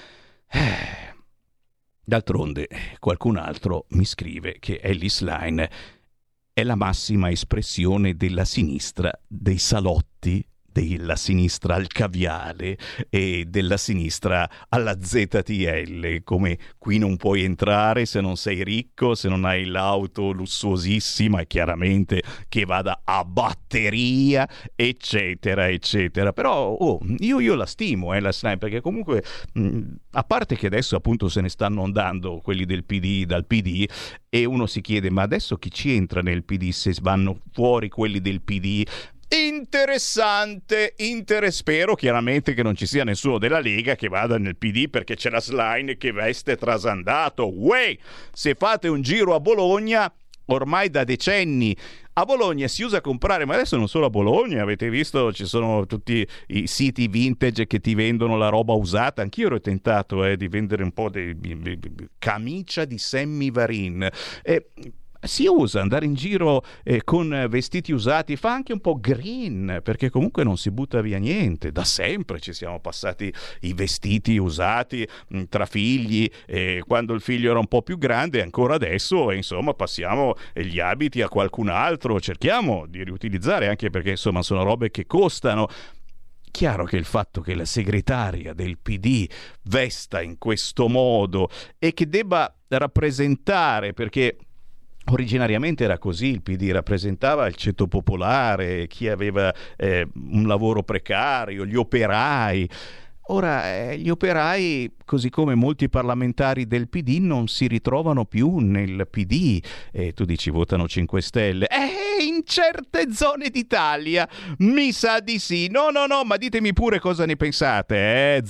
D'altronde qualcun altro mi scrive che Ellie Schlein è la massima espressione della sinistra dei salotti, della sinistra al caviale e della sinistra alla ZTL, come qui non puoi entrare se non sei ricco, se non hai l'auto lussuosissima e chiaramente che vada a batteria, eccetera eccetera. Però io la stimo, la Schlein, perché comunque a parte che adesso appunto se ne stanno andando quelli del PD dal PD, e uno si chiede, ma adesso chi ci entra nel PD se vanno fuori quelli del PD? Interessante, spero chiaramente che non ci sia nessuno della Lega che vada nel PD, perché c'è la Schlein che veste trasandato. Uè, se fate un giro a Bologna, ormai da decenni a Bologna si usa comprare, ma adesso non solo a Bologna, avete visto, ci sono tutti i siti vintage che ti vendono la roba usata. Anch'io ero tentato di vendere un po' di camicia di Sammy Varin. Si usa andare in giro con vestiti usati, fa anche un po' green, perché comunque non si butta via niente. Da sempre ci siamo passati i vestiti usati tra figli, quando il figlio era un po' più grande, ancora adesso, insomma passiamo gli abiti a qualcun altro, cerchiamo di riutilizzare, anche perché insomma sono robe che costano. Chiaro che il fatto che la segretaria del PD vesta in questo modo e che debba rappresentare, perché originariamente era così, il PD rappresentava il ceto popolare, chi aveva un lavoro precario, gli operai. Ora gli operai, così come molti parlamentari del PD, non si ritrovano più nel PD. Tu dici votano 5 Stelle. In certe zone d'Italia mi sa di sì. No, ma ditemi pure cosa ne pensate.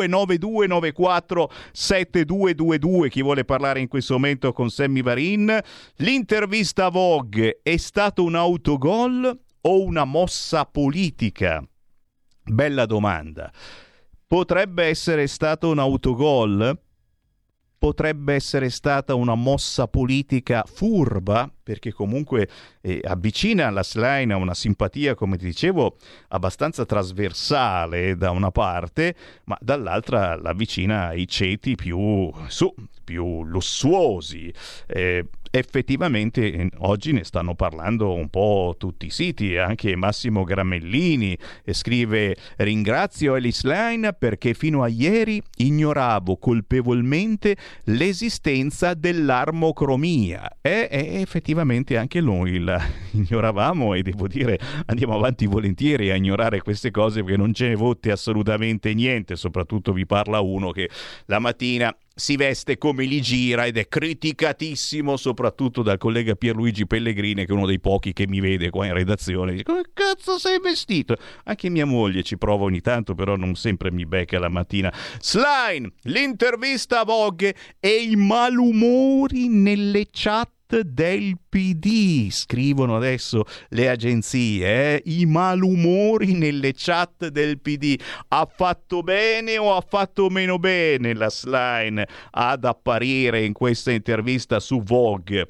0292947222, chi vuole parlare in questo momento con Sammy Varin. L'intervista a Vogue è stato un autogol o una mossa politica? Bella domanda. Potrebbe essere stato un autogol? Potrebbe essere stata una mossa politica furba, perché comunque avvicina la Schlein a una simpatia, come ti dicevo, abbastanza trasversale da una parte, ma dall'altra l'avvicina ai ceti più lussuosi. effettivamente oggi ne stanno parlando un po' tutti i siti, anche Massimo Gramellini scrive: ringrazio Ellis Line perché fino a ieri ignoravo colpevolmente l'esistenza dell'armocromia e effettivamente anche noi la ignoravamo, e devo dire andiamo avanti volentieri a ignorare queste cose perché non ce ne votte assolutamente niente. Soprattutto vi parla uno che la mattina si veste come gli gira ed è criticatissimo soprattutto dal collega Pierluigi Pellegrini, che è uno dei pochi che mi vede qua in redazione. Dice: come cazzo sei vestito? Anche mia moglie ci prova ogni tanto, però non sempre mi becca la mattina. Slime, l'intervista a Vogue e i malumori nelle chat del PD, scrivono adesso le agenzie, i malumori nelle chat del PD. Ha fatto bene o ha fatto meno bene la Slime ad apparire in questa intervista su Vogue?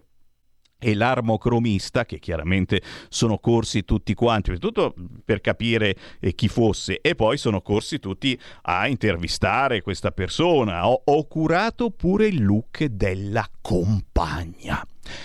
E l'armocromista, che chiaramente sono corsi tutti quanti, tutto per capire chi fosse, e poi sono corsi tutti a intervistare questa persona. Ho curato pure il look della compagna,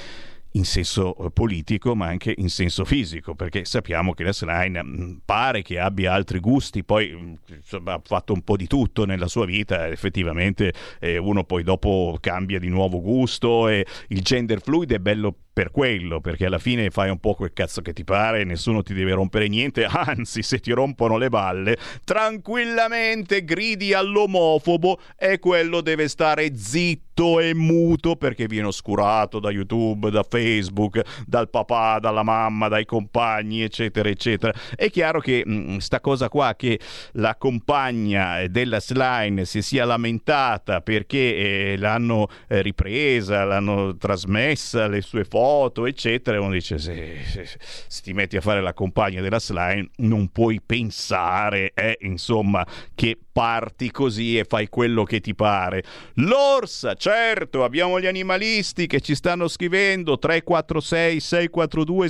in senso politico ma anche in senso fisico, perché sappiamo che la Slime pare che abbia altri gusti, poi insomma, ha fatto un po' di tutto nella sua vita, effettivamente uno poi dopo cambia di nuovo gusto, e il gender fluid è bello per quello, perché alla fine fai un po' quel cazzo che ti pare, nessuno ti deve rompere niente, anzi se ti rompono le balle tranquillamente gridi all'omofobo e quello deve stare zitto e muto, perché viene oscurato da YouTube, da Facebook, dal papà, dalla mamma, dai compagni, eccetera eccetera. È chiaro che sta cosa qua, che la compagna della Slime si sia lamentata perché l'hanno ripresa, l'hanno trasmessa, le sue foto eccetera, uno dice: se ti metti a fare la compagna della Slime non puoi pensare insomma che parti così e fai quello che ti pare. L'Orsa, certo, abbiamo gli animalisti che ci stanno scrivendo 346 642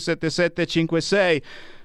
7756.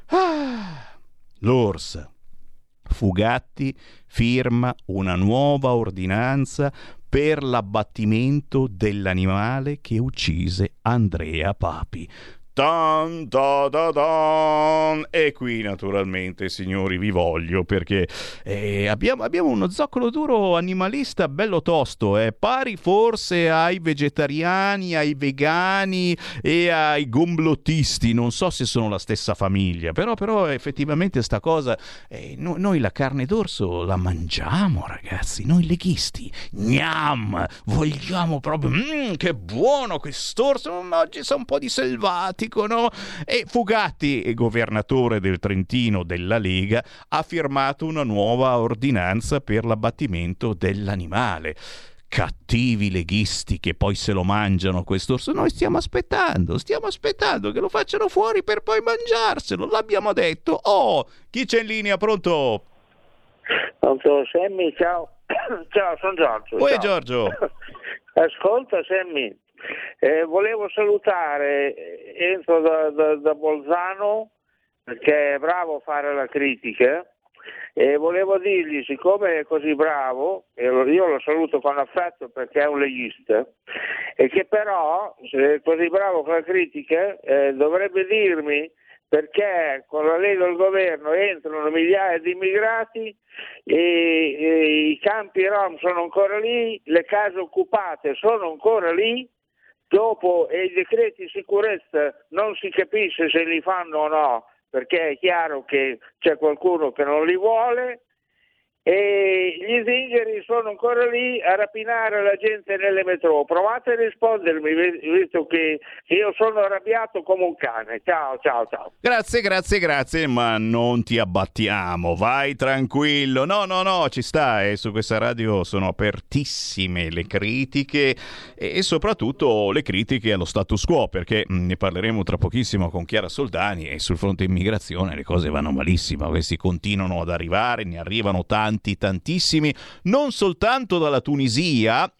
L'Orsa, Fugatti firma una nuova ordinanza per l'abbattimento dell'animale che uccise Andrea Papi. Tan, da, da, dan. E qui naturalmente, signori, vi voglio perché abbiamo uno zoccolo duro animalista bello tosto, pari forse ai vegetariani, ai vegani e ai gomblottisti. Non so se sono la stessa famiglia, però effettivamente sta cosa, noi la carne d'orso la mangiamo, ragazzi, noi leghisti, gnam, vogliamo proprio, che buono quest'orso, ma oggi sa un po' di selvatico, no? E Fugatti, governatore del Trentino della Lega, ha firmato una nuova ordinanza per l'abbattimento dell'animale. Cattivi leghisti che poi se lo mangiano quest'orso. Noi stiamo aspettando che lo facciano fuori per poi mangiarselo, l'abbiamo detto. Chi c'è in linea? Pronto?
Pronto, Sammy, ciao. Ciao, sono Giorgio.
Ciao. Giorgio.
Ascolta, Sammy, volevo salutare Enzo da Bolzano, perché è bravo a fare la critica, e volevo dirgli, siccome è così bravo, e io lo saluto con affetto perché è un leghista, e che però, se è così bravo con la critica, dovrebbe dirmi perché con la Lega al governo entrano migliaia di immigrati e i campi rom sono ancora lì, le case occupate sono ancora lì, dopo i decreti di sicurezza non si capisce se li fanno o no, perché è chiaro che c'è qualcuno che non li vuole, e gli zingari sono ancora lì a rapinare la gente nelle metro. Provate a rispondermi, visto che io sono arrabbiato come un cane. Ciao.
Grazie, ma non ti abbattiamo, vai tranquillo. No, ci sta, e su questa radio sono apertissime le critiche e soprattutto le critiche allo status quo, perché ne parleremo tra pochissimo con Chiara Soldani, e sul fronte immigrazione le cose vanno malissimo, questi continuano ad arrivare, ne arrivano tantissimi, non soltanto dalla Tunisia,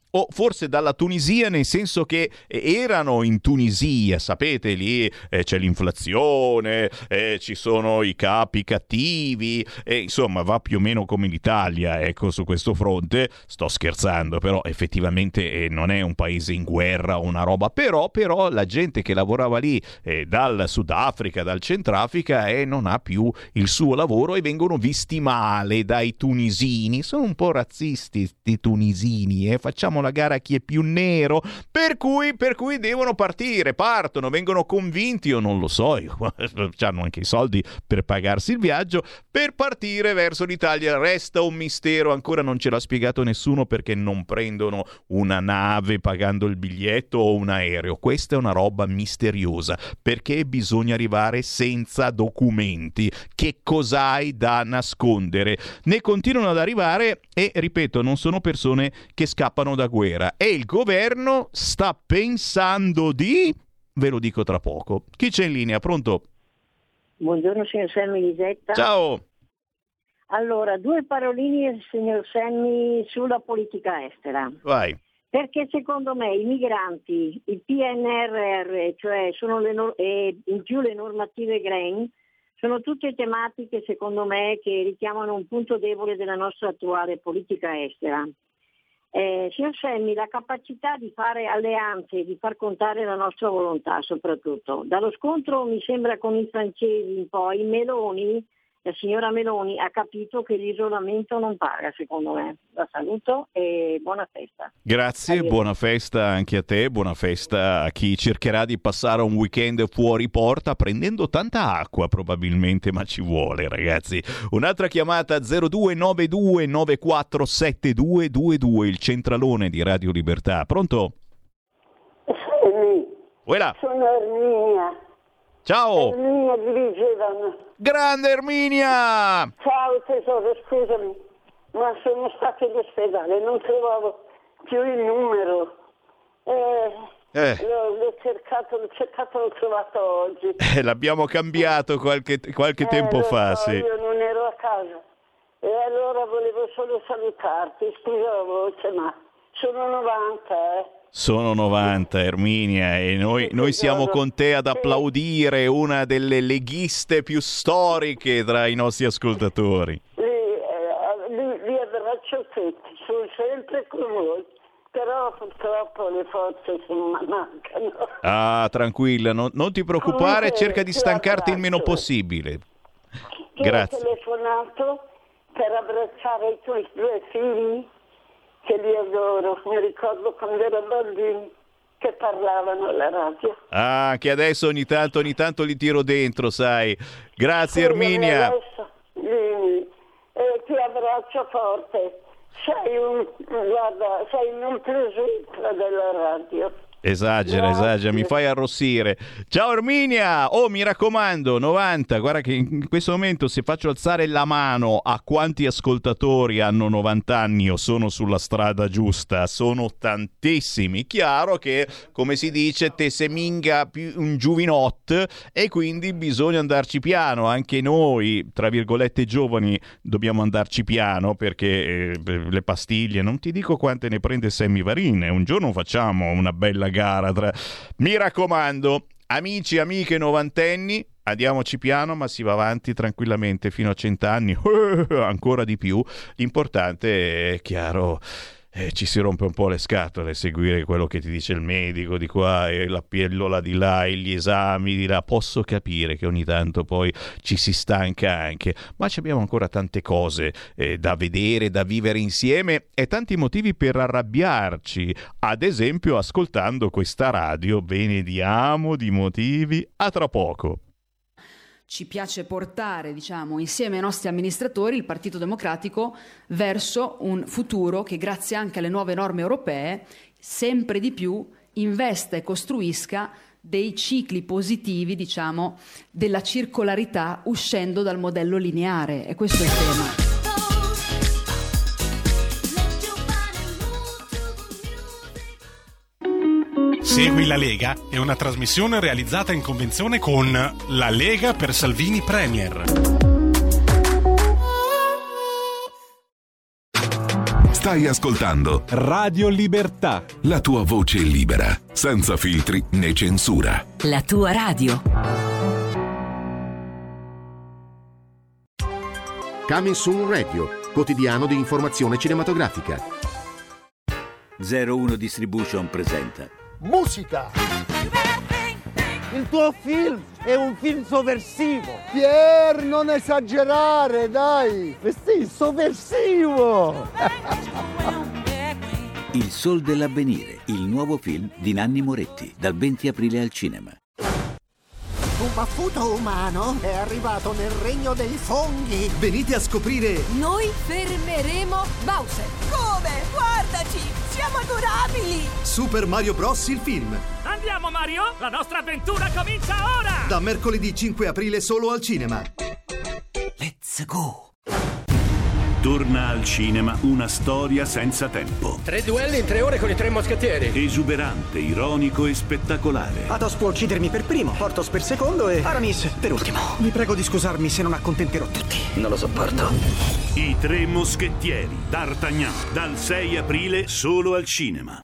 o forse dalla Tunisia, nel senso che erano in Tunisia, sapete, lì c'è l'inflazione, ci sono i capi cattivi, insomma va più o meno come l'Italia, ecco, su questo fronte. Sto scherzando, però effettivamente non è un paese in guerra o una roba, però la gente che lavorava lì dal Sudafrica, dal Centrafrica, non ha più il suo lavoro e vengono visti male dai tunisini. Sono un po' razzisti sti tunisini, facciamo la gara a chi è più nero, per cui devono partono, vengono convinti, o non lo so, hanno anche i soldi per pagarsi il viaggio, per partire verso l'Italia. Resta un mistero, ancora non ce l'ha spiegato nessuno perché non prendono una nave pagando il biglietto o un aereo. Questa è una roba misteriosa, perché bisogna arrivare senza documenti. Che cos'hai da nascondere? Ne continuano ad arrivare e, ripeto, non sono persone che scappano da guerra, e il governo sta pensando di... ve lo dico tra poco. Chi c'è in linea? Pronto?
Buongiorno signor Semmi, Lisetta.
Ciao.
Allora, 2 paroline signor Semmi sulla politica estera.
Vai.
Perché secondo me i migranti, il PNRR, cioè sono in più le normative Green, sono tutte tematiche secondo me che richiamano un punto debole della nostra attuale politica estera. Signor Semmi, la capacità di fare alleanze, di far contare la nostra volontà soprattutto. Dallo scontro mi sembra con i francesi in poi, la signora Meloni ha capito che l'isolamento non paga, secondo me. La saluto e buona festa.
Grazie, buona festa anche a te, buona festa a chi cercherà di passare un weekend fuori porta prendendo tanta acqua probabilmente, ma ci vuole, ragazzi. Un'altra chiamata 0292 947222, il centralone di Radio Libertà. Pronto? Uela.
Sono Erminia.
Ciao.
Erminia di Vigevano.
Grande Erminia!
Ciao tesoro, scusami, ma sono stata in ospedale, non trovavo più il numero. L'ho cercato, l'ho trovato oggi.
L'abbiamo cambiato qualche tempo fa, sì.
Io non ero a casa e allora volevo solo salutarti, scusa la voce, ma sono 90,
Sono 90, Erminia, e noi siamo con te ad applaudire una delle leghiste più storiche tra i nostri ascoltatori.
Vi abbraccio tutti, sono sempre con voi, però purtroppo le forze mancano.
Ah, tranquilla, non ti preoccupare,
Comunque,
cerca di stancarti il meno possibile. Grazie.
Ho telefonato per abbracciare i tuoi 2 figli, che li adoro, mi ricordo quando ero bambini che parlavano alla radio.
Ah, che adesso ogni tanto li tiro dentro, sai. Grazie, Erminia.
Adesso, ti abbraccio forte. Sei un non plus ultra della radio.
Esagera, mi fai arrossire. Ciao Erminia! Oh, mi raccomando, 90, guarda che in questo momento se faccio alzare la mano a quanti ascoltatori hanno 90 anni o sono sulla strada giusta, sono tantissimi. Chiaro che, come si dice, te seminga più un giuvinot e quindi bisogna andarci piano. Anche noi, tra virgolette giovani, dobbiamo andarci piano perché le pastiglie, non ti dico quante ne prende Sammy Varin, un giorno facciamo una bella gara tra... Mi raccomando, amici, amiche novantenni, andiamoci piano, ma si va avanti tranquillamente fino a 100 anni, ancora di più. L'importante è, chiaro, ci si rompe un po' le scatole, seguire quello che ti dice il medico di qua e la pillola di là e gli esami di là. Posso capire che ogni tanto poi ci si stanca anche, ma abbiamo ancora tante cose da vedere, da vivere insieme e tanti motivi per arrabbiarci, ad esempio ascoltando questa radio. Ve ne diamo di motivi a tra poco.
Ci piace portare, insieme ai nostri amministratori, il Partito Democratico, verso un futuro che, grazie anche alle nuove norme europee, sempre di più investa e costruisca dei cicli positivi, della circolarità, uscendo dal modello lineare. E questo è il tema.
Segui la Lega è una trasmissione realizzata in convenzione con La Lega per Salvini Premier.
Stai ascoltando
Radio Libertà.
La tua voce libera, senza filtri né censura.
La tua radio.
Coming Soon Radio, quotidiano di informazione cinematografica.
01 Distribution presenta
Musica! Il tuo film è un film sovversivo!
Pier, non esagerare, dai!
Sì, sovversivo!
Il Sol dell'Avvenire, il nuovo film di Nanni Moretti, dal 20 aprile al cinema.
Un baffuto umano è arrivato nel regno dei funghi.
Venite a scoprire.
Noi fermeremo Bowser.
Come? Guardaci, siamo adorabili.
Super Mario Bros. Il film.
Andiamo Mario, la nostra avventura comincia ora.
Da mercoledì 5 aprile solo al cinema.
Let's go.
Torna al cinema una storia senza tempo.
3 duelli in 3 ore con i 3 moschettieri.
Esuberante, ironico e spettacolare.
Athos può uccidermi per primo, Porthos per secondo e Aramis per ultimo. Vi prego di scusarmi se non accontenterò tutti. Non lo sopporto.
I 3 moschettieri, D'Artagnan, dal 6 aprile solo al cinema.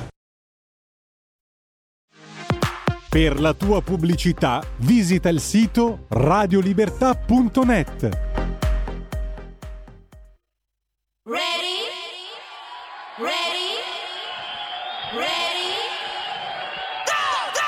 Per la tua pubblicità visita il sito radiolibertà.net.
Ready? Ready? Ready? Go!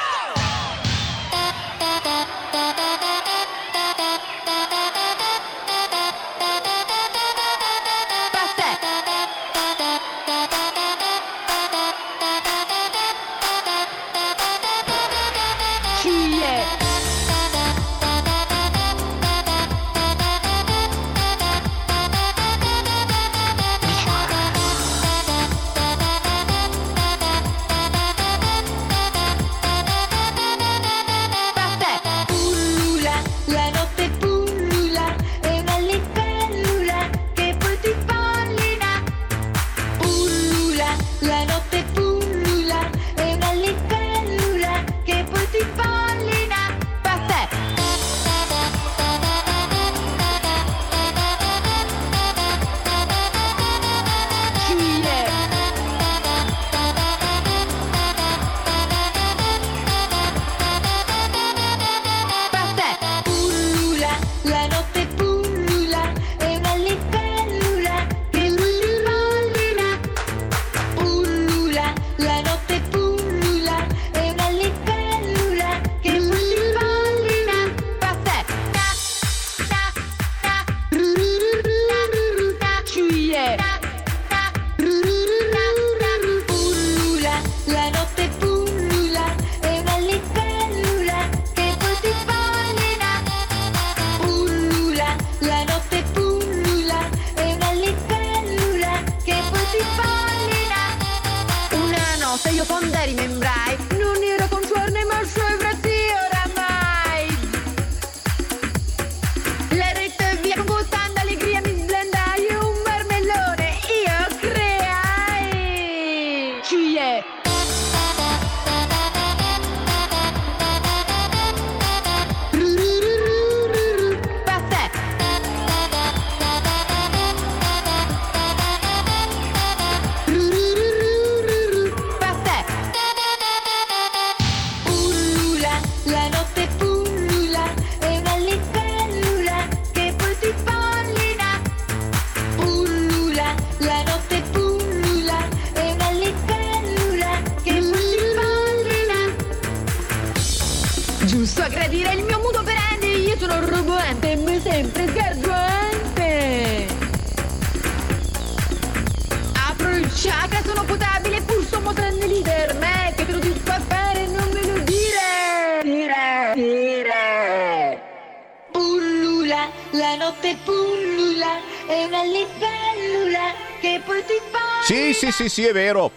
Giusto a gradire il mio modo operandi, io sono roboante e sempre sgargiante. Apro il chakra, sono potabile, pur sono tranne leader. Me che te lo dico a fare, non me lo dire. Dire. Pullula, la notte pullula, è una libellula che poi ti fa.
Sì, è vero,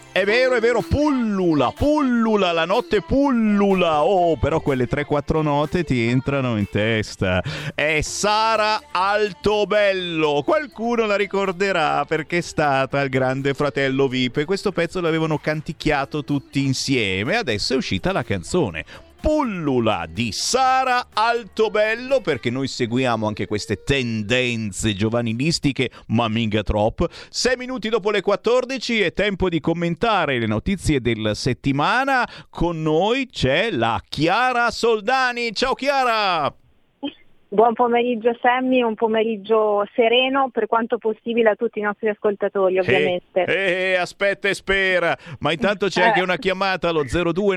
pullula, la notte pullula. Oh, però quelle 3-4 note ti entrano in testa. È Sara Altobello, qualcuno la ricorderà perché è stata il Grande Fratello VIP e questo pezzo l'avevano canticchiato tutti insieme. Adesso è uscita la canzone pullula di Sara Altobello, perché noi seguiamo anche queste tendenze giovanilistiche, ma mica troppo. 6 minuti dopo le 14 è tempo di commentare le notizie della settimana. Con noi c'è la Chiara Soldani. Ciao Chiara!
Buon pomeriggio Sammy, un pomeriggio sereno per quanto possibile a tutti i nostri ascoltatori, ovviamente.
Aspetta e spera, ma intanto c'è anche una chiamata allo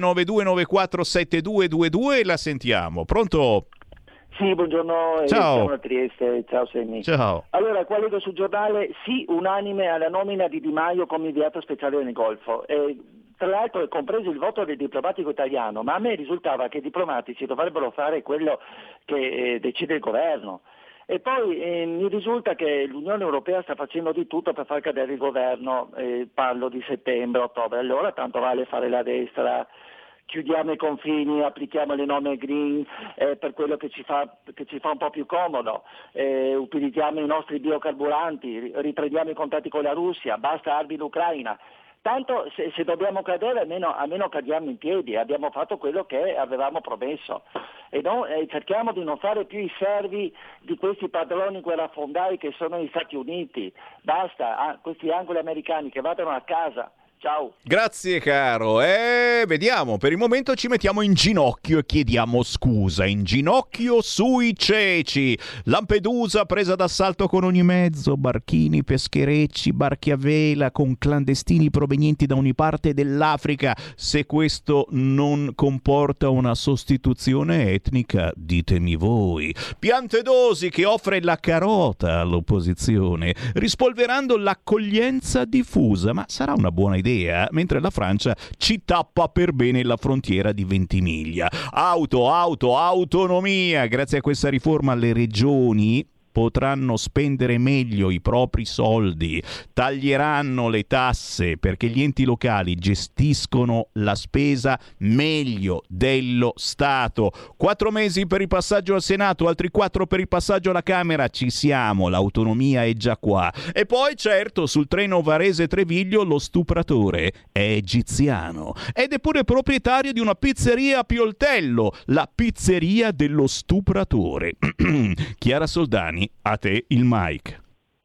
0292947222 e la sentiamo. Pronto?
Sì, buongiorno,
ciao.
Siamo a Trieste, ciao Sammy.
Ciao.
Allora, qua leggo sul giornale, sì, unanime alla nomina di Di Maio come inviato speciale nel Golfo. Tra l'altro è compreso il voto del diplomatico italiano, ma a me risultava che i diplomatici dovrebbero fare quello che decide il governo. E poi mi risulta che l'Unione Europea sta facendo di tutto per far cadere il governo, parlo di settembre, ottobre, allora tanto vale fare la destra. Chiudiamo i confini, applichiamo le norme green per quello che ci fa un po' più comodo, utilizziamo i nostri biocarburanti, riprendiamo i contatti con la Russia, basta armi l'Ucraina. Tanto se dobbiamo cadere almeno cadiamo in piedi, abbiamo fatto quello che avevamo promesso e cerchiamo di non fare più i servi di questi padroni guerrafondai che sono gli Stati Uniti. Basta, questi angoli americani che vadano a casa. Ciao.
Grazie caro, vediamo, per il momento ci mettiamo in ginocchio e chiediamo scusa, in ginocchio sui ceci. Lampedusa presa d'assalto con ogni mezzo, barchini, pescherecci, barchi a vela con clandestini provenienti da ogni parte dell'Africa. Se questo non comporta una sostituzione etnica, ditemi voi. Piantedosi che offre la carota all'opposizione, rispolverando l'accoglienza diffusa, ma sarà una buona idea? Mentre la Francia ci tappa per bene la frontiera di Ventimiglia. Autonomia. Grazie a questa riforma le regioni potranno spendere meglio i propri soldi, taglieranno le tasse perché gli enti locali gestiscono la spesa meglio dello Stato. 4 mesi per il passaggio al Senato, altri 4 per il passaggio alla Camera, ci siamo, l'autonomia è già qua. E poi certo sul treno Varese-Treviglio lo stupratore è egiziano ed è pure proprietario di una pizzeria a Pioltello, la pizzeria dello stupratore. Chiara Soldani, a te il mic.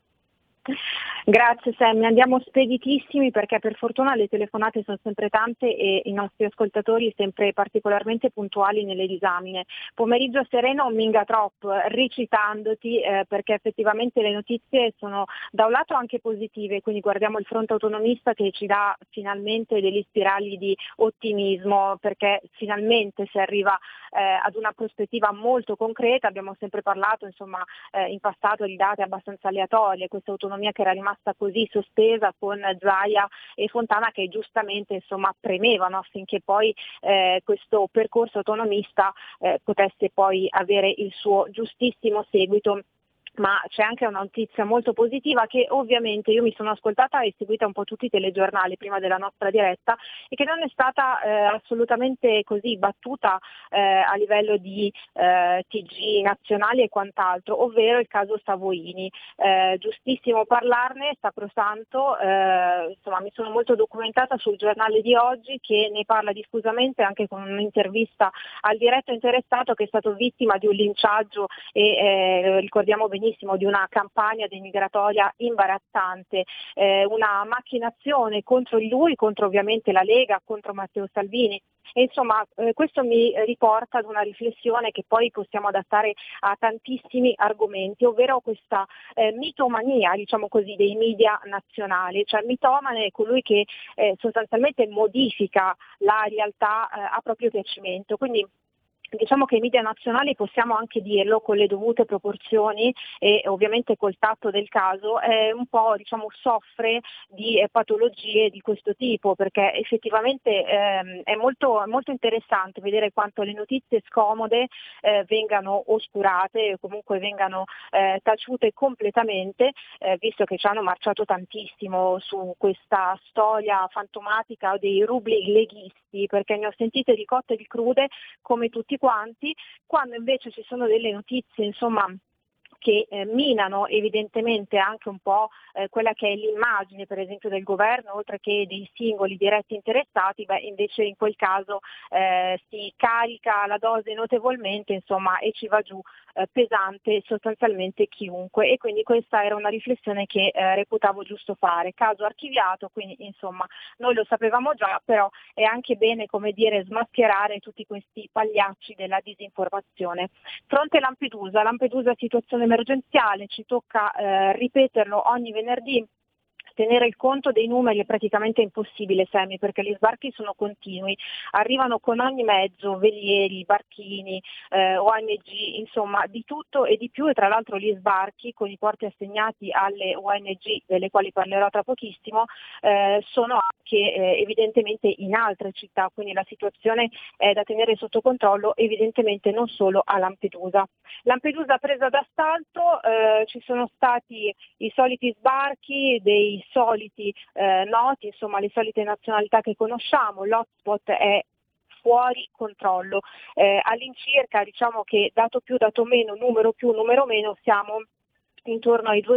Grazie Sammy, andiamo speditissimi perché per fortuna le telefonate sono sempre tante e i nostri ascoltatori sempre particolarmente puntuali nelle disamine. Pomeriggio sereno, minga troppo, recitandoti perché effettivamente le notizie sono da un lato anche positive, quindi guardiamo il fronte autonomista che ci dà finalmente degli spirali di ottimismo perché finalmente si arriva ad una prospettiva molto concreta. Abbiamo sempre parlato insomma in passato di date abbastanza aleatorie, questa autonomia che era rimasta così sospesa con Zaia e Fontana che giustamente insomma premevano affinché poi questo percorso autonomista potesse poi avere il suo giustissimo seguito. Ma c'è anche una notizia molto positiva che ovviamente io mi sono ascoltata e seguita un po' tutti i telegiornali prima della nostra diretta e che non è stata assolutamente così battuta a livello di TG nazionali e quant'altro, ovvero il caso Savoini. Giustissimo parlarne, sacrosanto, insomma mi sono molto documentata sul giornale di oggi che ne parla diffusamente anche con un'intervista al diretto interessato che è stato vittima di un linciaggio e ricordiamo benissimo di una campagna denigratoria imbarazzante, una macchinazione contro di lui, contro ovviamente la Lega, contro Matteo Salvini. E insomma questo mi riporta ad una riflessione che poi possiamo adattare a tantissimi argomenti, ovvero questa mitomania, diciamo così, dei media nazionali, cioè mitomane è colui che sostanzialmente modifica la realtà a proprio piacimento. Quindi diciamo che i media nazionali, possiamo anche dirlo con le dovute proporzioni e ovviamente col tatto del caso, un po' soffre di patologie di questo tipo, perché effettivamente è molto, molto interessante vedere quanto le notizie scomode vengano oscurate o comunque vengano taciute completamente, visto che ci hanno marciato tantissimo su questa storia fantomatica dei rubli leghisti, perché ne ho sentite di cotte e di crude come tutti quanti, quando invece ci sono delle notizie insomma che minano evidentemente anche un po' quella che è l'immagine per esempio del governo, oltre che dei singoli diretti interessati, invece in quel caso si carica la dose notevolmente, insomma, e ci va giù pesante sostanzialmente chiunque, e quindi questa era una riflessione che reputavo giusto fare. Caso archiviato, quindi insomma noi lo sapevamo già, però è anche bene, come dire, smascherare tutti questi pagliacci della disinformazione. Fronte Lampedusa situazione emergenziale, ci tocca ripeterlo ogni venerdì. Tenere il conto dei numeri è praticamente impossibile, Sammy, perché gli sbarchi sono continui, arrivano con ogni mezzo, velieri, barchini, ONG, insomma di tutto e di più, e tra l'altro gli sbarchi con i porti assegnati alle ONG, delle quali parlerò tra pochissimo, sono anche evidentemente in altre città, quindi la situazione è da tenere sotto controllo, evidentemente non solo a Lampedusa. Lampedusa presa d'assalto, ci sono stati i soliti sbarchi dei soliti noti, insomma le solite nazionalità che conosciamo, l'hotspot è fuori controllo. All'incirca diciamo che dato più, dato meno, numero più, numero meno, siamo intorno ai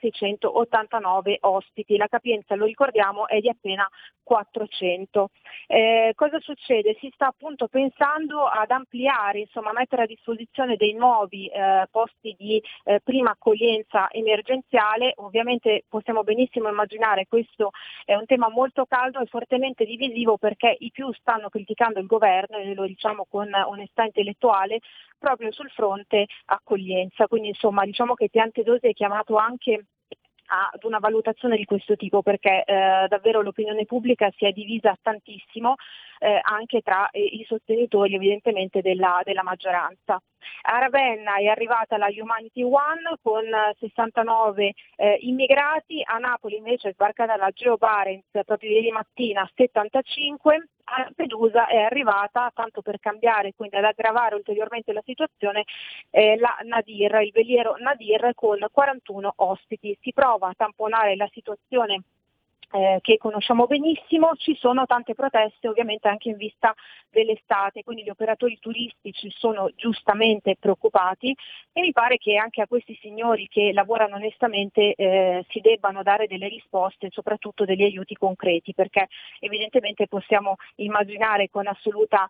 2.689 ospiti, la capienza, lo ricordiamo, è di appena 400. Cosa succede? Si sta appunto pensando ad ampliare, insomma mettere a disposizione dei nuovi posti di prima accoglienza emergenziale. Ovviamente possiamo benissimo immaginare, questo è un tema molto caldo e fortemente divisivo, perché i più stanno criticando il governo, e lo diciamo con onestà intellettuale, proprio sul fronte accoglienza. Quindi insomma diciamo che Piantedosi è chiamato anche ad una valutazione di questo tipo, perché davvero l'opinione pubblica si è divisa tantissimo, anche tra i sostenitori evidentemente della maggioranza. A Ravenna è arrivata la Humanity One con 69 immigrati, a Napoli invece è sbarcata la Geo Barents proprio ieri mattina 75, a Lampedusa è arrivata, tanto per cambiare, quindi ad aggravare ulteriormente la situazione, la Nadir, il veliero Nadir con 41 ospiti. Si prova a tamponare la situazione che conosciamo benissimo. Ci sono tante proteste ovviamente anche in vista dell'estate, quindi gli operatori turistici sono giustamente preoccupati, e mi pare che anche a questi signori che lavorano onestamente si debbano dare delle risposte, soprattutto degli aiuti concreti, perché evidentemente possiamo immaginare con assoluta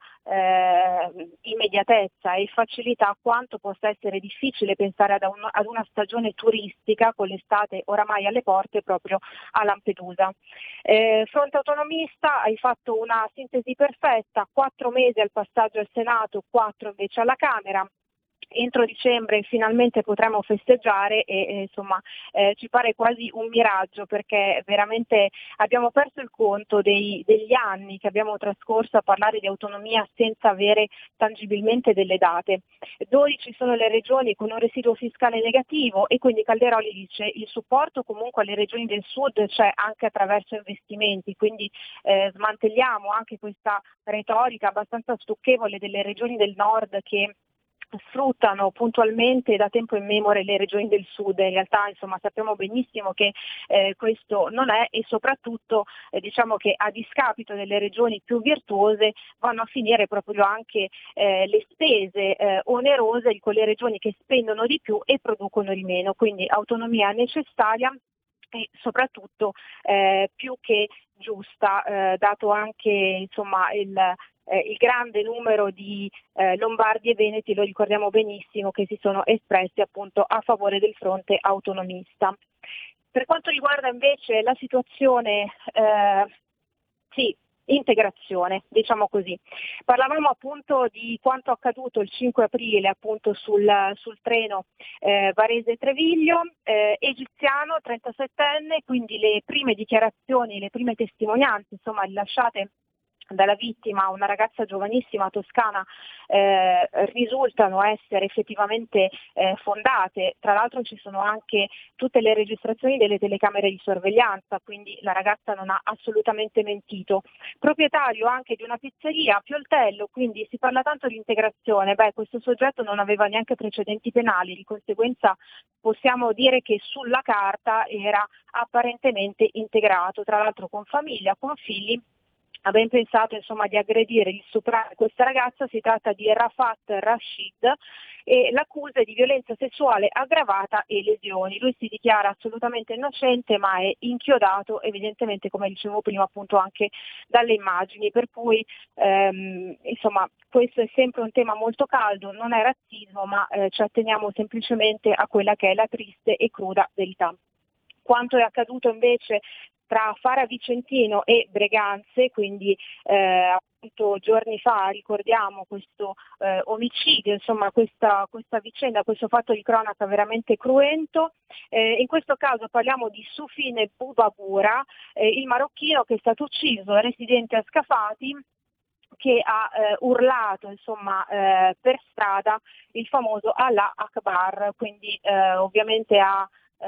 immediatezza e facilità quanto possa essere difficile pensare ad una stagione turistica con l'estate oramai alle porte proprio a Lampedusa. Fronte autonomista hai fatto una sintesi perfetta, 4 mesi al passaggio al Senato, 4 invece alla Camera. Entro dicembre finalmente potremo festeggiare e insomma ci pare quasi un miraggio, perché veramente abbiamo perso il conto degli anni che abbiamo trascorso a parlare di autonomia senza avere tangibilmente delle date. 12 sono le regioni con un residuo fiscale negativo, e quindi Calderoli dice il supporto comunque alle regioni del sud c'è anche attraverso investimenti, quindi smantelliamo anche questa retorica abbastanza stucchevole delle regioni del nord che sfruttano puntualmente da tempo immemore le regioni del sud. In realtà insomma sappiamo benissimo che questo non è, e soprattutto diciamo che a discapito delle regioni più virtuose vanno a finire proprio anche le spese onerose di quelle regioni che spendono di più e producono di meno. Quindi autonomia necessaria e soprattutto più che giusta, dato anche insomma il grande numero di lombardi e veneti, lo ricordiamo benissimo, che si sono espressi appunto a favore del fronte autonomista. Per quanto riguarda invece la situazione integrazione, diciamo così. Parlavamo appunto di quanto accaduto il 5 aprile appunto sul treno Varese-Treviglio, egiziano, 37enne, quindi le prime dichiarazioni, le prime testimonianze insomma rilasciate dalla vittima, una ragazza giovanissima toscana, risultano essere effettivamente fondate. Tra l'altro ci sono anche tutte le registrazioni delle telecamere di sorveglianza, quindi la ragazza non ha assolutamente mentito. Proprietario anche di una pizzeria a Pioltello, quindi si parla tanto di integrazione. Questo soggetto non aveva neanche precedenti penali, di conseguenza possiamo dire che sulla carta era apparentemente integrato, tra l'altro con famiglia, con figli, ha ben pensato insomma di aggredire, di stuprare questa ragazza. Si tratta di Rafat Rashid e l'accusa è di violenza sessuale aggravata e lesioni. Lui si dichiara assolutamente innocente, ma è inchiodato evidentemente, come dicevo prima, appunto anche dalle immagini, per cui insomma questo è sempre un tema molto caldo, non è razzismo, ma ci atteniamo semplicemente a quella che è la triste e cruda verità. Quanto è accaduto invece tra Fara Vicentino e Breganze, quindi appunto giorni fa ricordiamo questo omicidio, insomma questa vicenda, questo fatto di cronaca veramente cruento. In questo caso parliamo di Soufine Boubabura, il marocchino che è stato ucciso, residente a Scafati, che ha urlato insomma per strada il famoso Allah Akbar, quindi ovviamente ha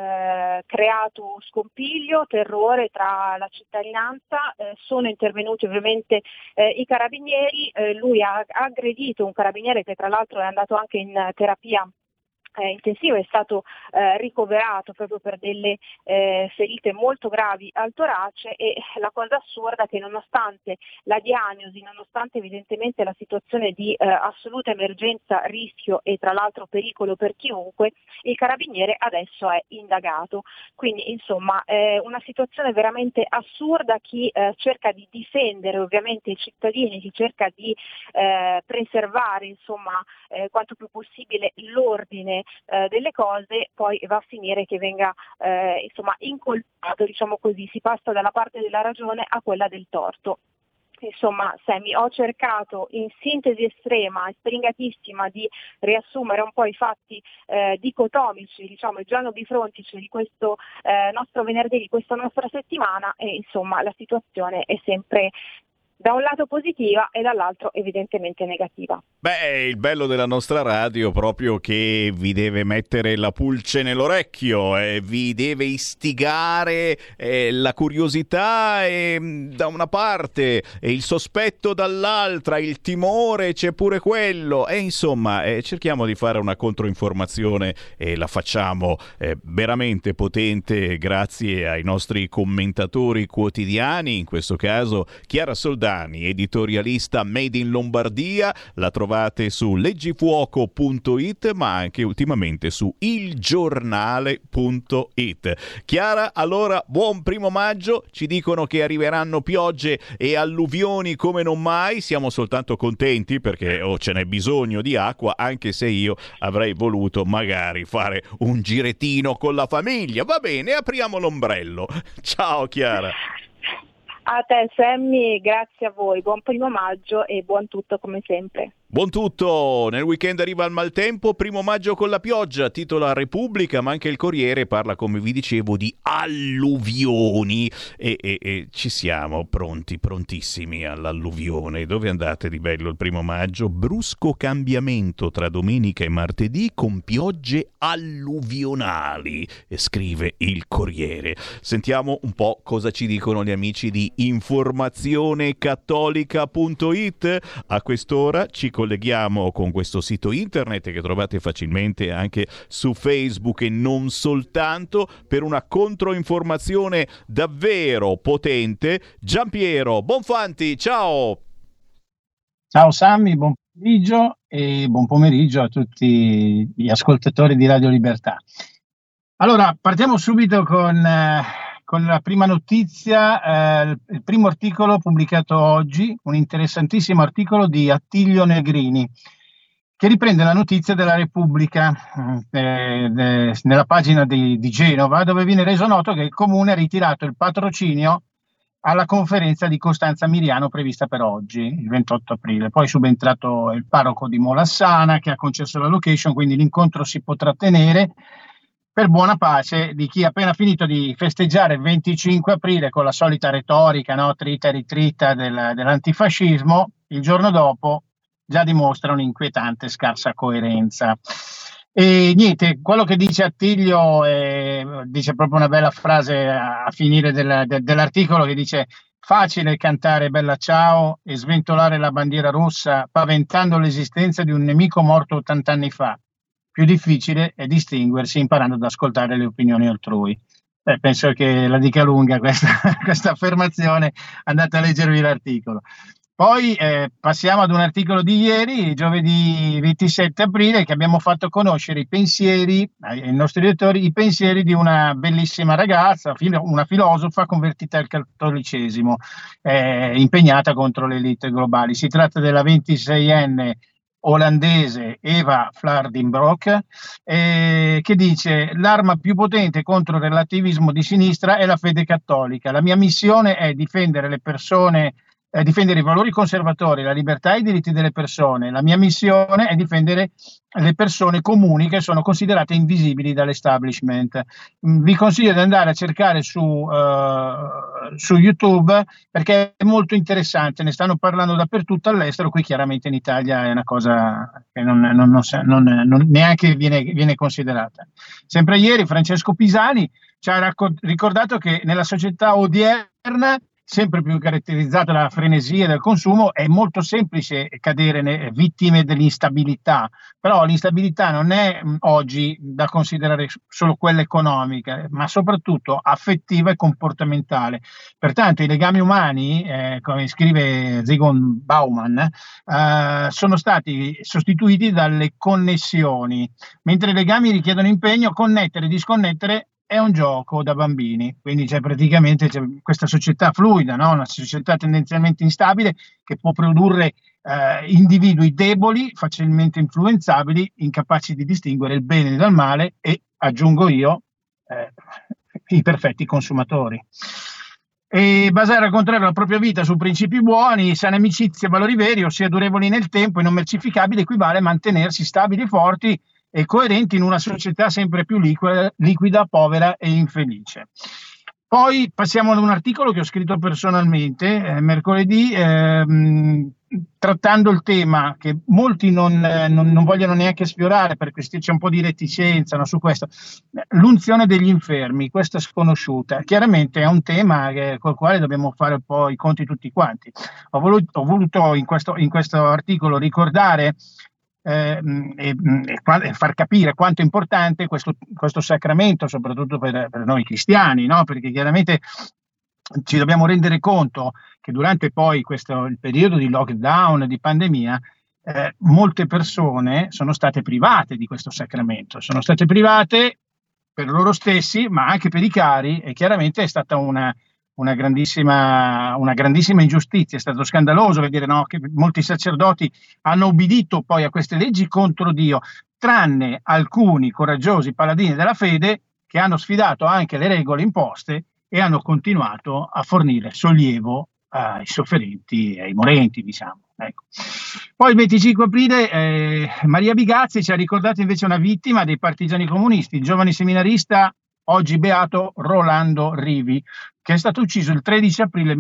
creato scompiglio, terrore tra la cittadinanza. Sono intervenuti ovviamente i carabinieri, lui ha aggredito un carabiniere che tra l'altro è andato anche in terapia intensivo, è stato ricoverato proprio per delle ferite molto gravi al torace. E la cosa assurda è che nonostante la diagnosi, nonostante evidentemente la situazione di assoluta emergenza, rischio e tra l'altro pericolo per chiunque, il carabiniere adesso è indagato. Quindi insomma è una situazione veramente assurda. Chi cerca di difendere ovviamente i cittadini, chi cerca di preservare insomma quanto più possibile l'ordine delle cose, poi va a finire che venga insomma incolpato, diciamo così, si passa dalla parte della ragione a quella del torto. Insomma, Sammy, ho cercato in sintesi estrema e stringatissima di riassumere un po' i fatti dicotomici, diciamo i giallo bifrontici di questo nostro venerdì, di questa nostra settimana, e insomma la situazione è sempre da un lato positiva e dall'altro evidentemente negativa.
Beh, il bello della nostra radio proprio che vi deve mettere la pulce nell'orecchio, vi deve istigare la curiosità da una parte e il sospetto dall'altra, il timore c'è pure quello, e insomma cerchiamo di fare una controinformazione e la facciamo veramente potente grazie ai nostri commentatori quotidiani, in questo caso Chiara Soldani, editorialista Made in Lombardia, la trovate su leggifuoco.it ma anche ultimamente su ilgiornale.it. Chiara, allora buon 1° maggio, ci dicono che arriveranno piogge e alluvioni come non mai, siamo soltanto contenti perché ce n'è bisogno di acqua, anche se io avrei voluto magari fare un girettino con la famiglia. Va bene, apriamo l'ombrello. Ciao Chiara.
A te Sammy, grazie a voi, buon 1° maggio e buon tutto come sempre.
Buon tutto, nel weekend arriva il maltempo, 1° maggio con la pioggia, titola Repubblica, ma anche il Corriere parla, come vi dicevo, di alluvioni e ci siamo prontissimi all'alluvione. Dove andate di bello il 1° maggio? Brusco cambiamento tra domenica e martedì con piogge alluvionali, scrive il Corriere. Sentiamo un po' cosa ci dicono gli amici di informazionecattolica.it. A quest'ora ci colleghiamo con questo sito internet che trovate facilmente anche su Facebook e non soltanto, per una controinformazione davvero potente. Giampiero Bonfanti, ciao!
Ciao Sammy, buon pomeriggio e buon pomeriggio a tutti gli ascoltatori di Radio Libertà. Allora, partiamo subito con la prima notizia, il primo articolo pubblicato oggi, un interessantissimo articolo di Attilio Negrini, che riprende la notizia della Repubblica nella pagina di Genova, dove viene reso noto che il Comune ha ritirato il patrocinio alla conferenza di Costanza Miriano prevista per oggi, il 28 aprile. Poi è subentrato il parroco di Molassana che ha concesso la location, quindi l'incontro si potrà tenere per buona pace di chi ha appena finito di festeggiare il 25 aprile con la solita retorica, no? Trita e ritrita dell'antifascismo. Il giorno dopo già dimostra un'inquietante scarsa coerenza. E niente, quello che dice Attilio dice proprio una bella frase a finire dell'articolo, che dice: facile cantare Bella Ciao e sventolare la bandiera rossa paventando l'esistenza di un nemico morto 80 anni fa. Più difficile è distinguersi imparando ad ascoltare le opinioni altrui. Penso che la dica lunga questa affermazione, andate a leggervi l'articolo. Poi passiamo ad un articolo di ieri, giovedì 27 aprile, che abbiamo fatto conoscere i pensieri ai nostri lettori, i pensieri di una bellissima ragazza, una filosofa convertita al cattolicesimo, impegnata contro le elite globali. Si tratta della 26enne olandese Eva Vlaardingbroek, che dice: l'arma più potente contro il relativismo di sinistra è la fede cattolica. La mia missione è difendere le persone, difendere i valori conservatori, la libertà e i diritti delle persone. La mia missione è difendere le persone comuni che sono considerate invisibili dall'establishment. Vi consiglio di andare a cercare su YouTube, perché è molto interessante, ne stanno parlando dappertutto all'estero, qui chiaramente in Italia è una cosa che non neanche viene considerata. Sempre ieri Francesco Pisani ci ha ricordato che nella società odierna, sempre più caratterizzata dalla frenesia del consumo, è molto semplice cadere vittime dell'instabilità, però l'instabilità non è oggi da considerare solo quella economica, ma soprattutto affettiva e comportamentale. Pertanto i legami umani, come scrive Zygmunt Bauman, sono stati sostituiti dalle connessioni, mentre i legami richiedono impegno. Connettere e disconnettere è un gioco da bambini, quindi c'è questa società fluida, no? Una società tendenzialmente instabile che può produrre individui deboli, facilmente influenzabili, incapaci di distinguere il bene dal male e, aggiungo io, i perfetti consumatori. E basare al contrario la propria vita su principi buoni, sana amicizia e valori veri, ossia durevoli nel tempo e non mercificabili, equivale a mantenersi stabili e forti e coerenti in una società sempre più liquida, povera e infelice. Poi passiamo ad un articolo che ho scritto personalmente mercoledì, trattando il tema che molti non vogliono neanche sfiorare, perché c'è un po' di reticenza, no, su questo, l'unzione degli infermi, questa sconosciuta. Chiaramente è un tema col quale dobbiamo fare un po' i conti tutti quanti. Ho voluto in questo articolo ricordare e far capire quanto è importante questo sacramento, soprattutto per noi cristiani, no? Perché chiaramente ci dobbiamo rendere conto che durante poi il periodo di lockdown, di pandemia, molte persone sono state private di questo sacramento, sono state private per loro stessi, ma anche per i cari, e chiaramente è stata una grandissima ingiustizia. È stato scandaloso vedere, no, che molti sacerdoti hanno ubbidito poi a queste leggi contro Dio, tranne alcuni coraggiosi paladini della fede che hanno sfidato anche le regole imposte e hanno continuato a fornire sollievo ai sofferenti e ai morenti, diciamo. Ecco. Poi il 25 aprile Maria Bigazzi ci ha ricordato invece una vittima dei partigiani comunisti, il giovane seminarista oggi beato Rolando Rivi, che è stato ucciso il 13 aprile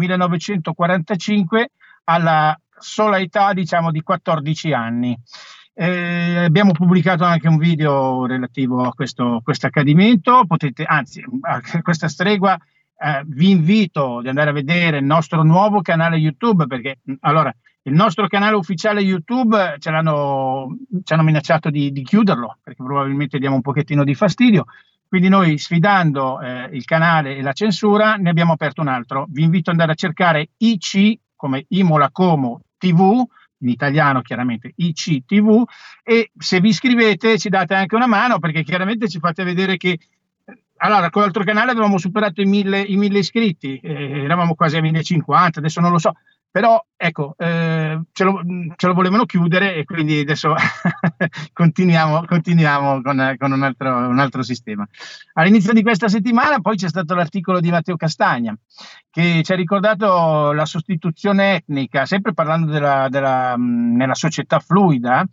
1945 alla sola età, diciamo, di 14 anni. Abbiamo pubblicato anche un video relativo a questo accadimento. A questa stregua vi invito ad andare a vedere il nostro nuovo canale YouTube, perché allora il nostro canale ufficiale YouTube ci hanno minacciato di chiuderlo, perché probabilmente diamo un pochettino di fastidio. Quindi noi, sfidando il canale e la censura, ne abbiamo aperto un altro. Vi invito ad andare a cercare IC, come Imola Como TV, in italiano chiaramente IC TV, e se vi iscrivete ci date anche una mano, perché chiaramente ci fate vedere che allora con l'altro canale avevamo superato i 1000 iscritti, eravamo quasi a 1050, adesso non lo so. Però ecco, ce lo volevano chiudere e quindi adesso continuiamo con un altro sistema. All'inizio di questa settimana poi c'è stato l'articolo di Matteo Castagna che ci ha ricordato la sostituzione etnica, sempre parlando nella società fluida.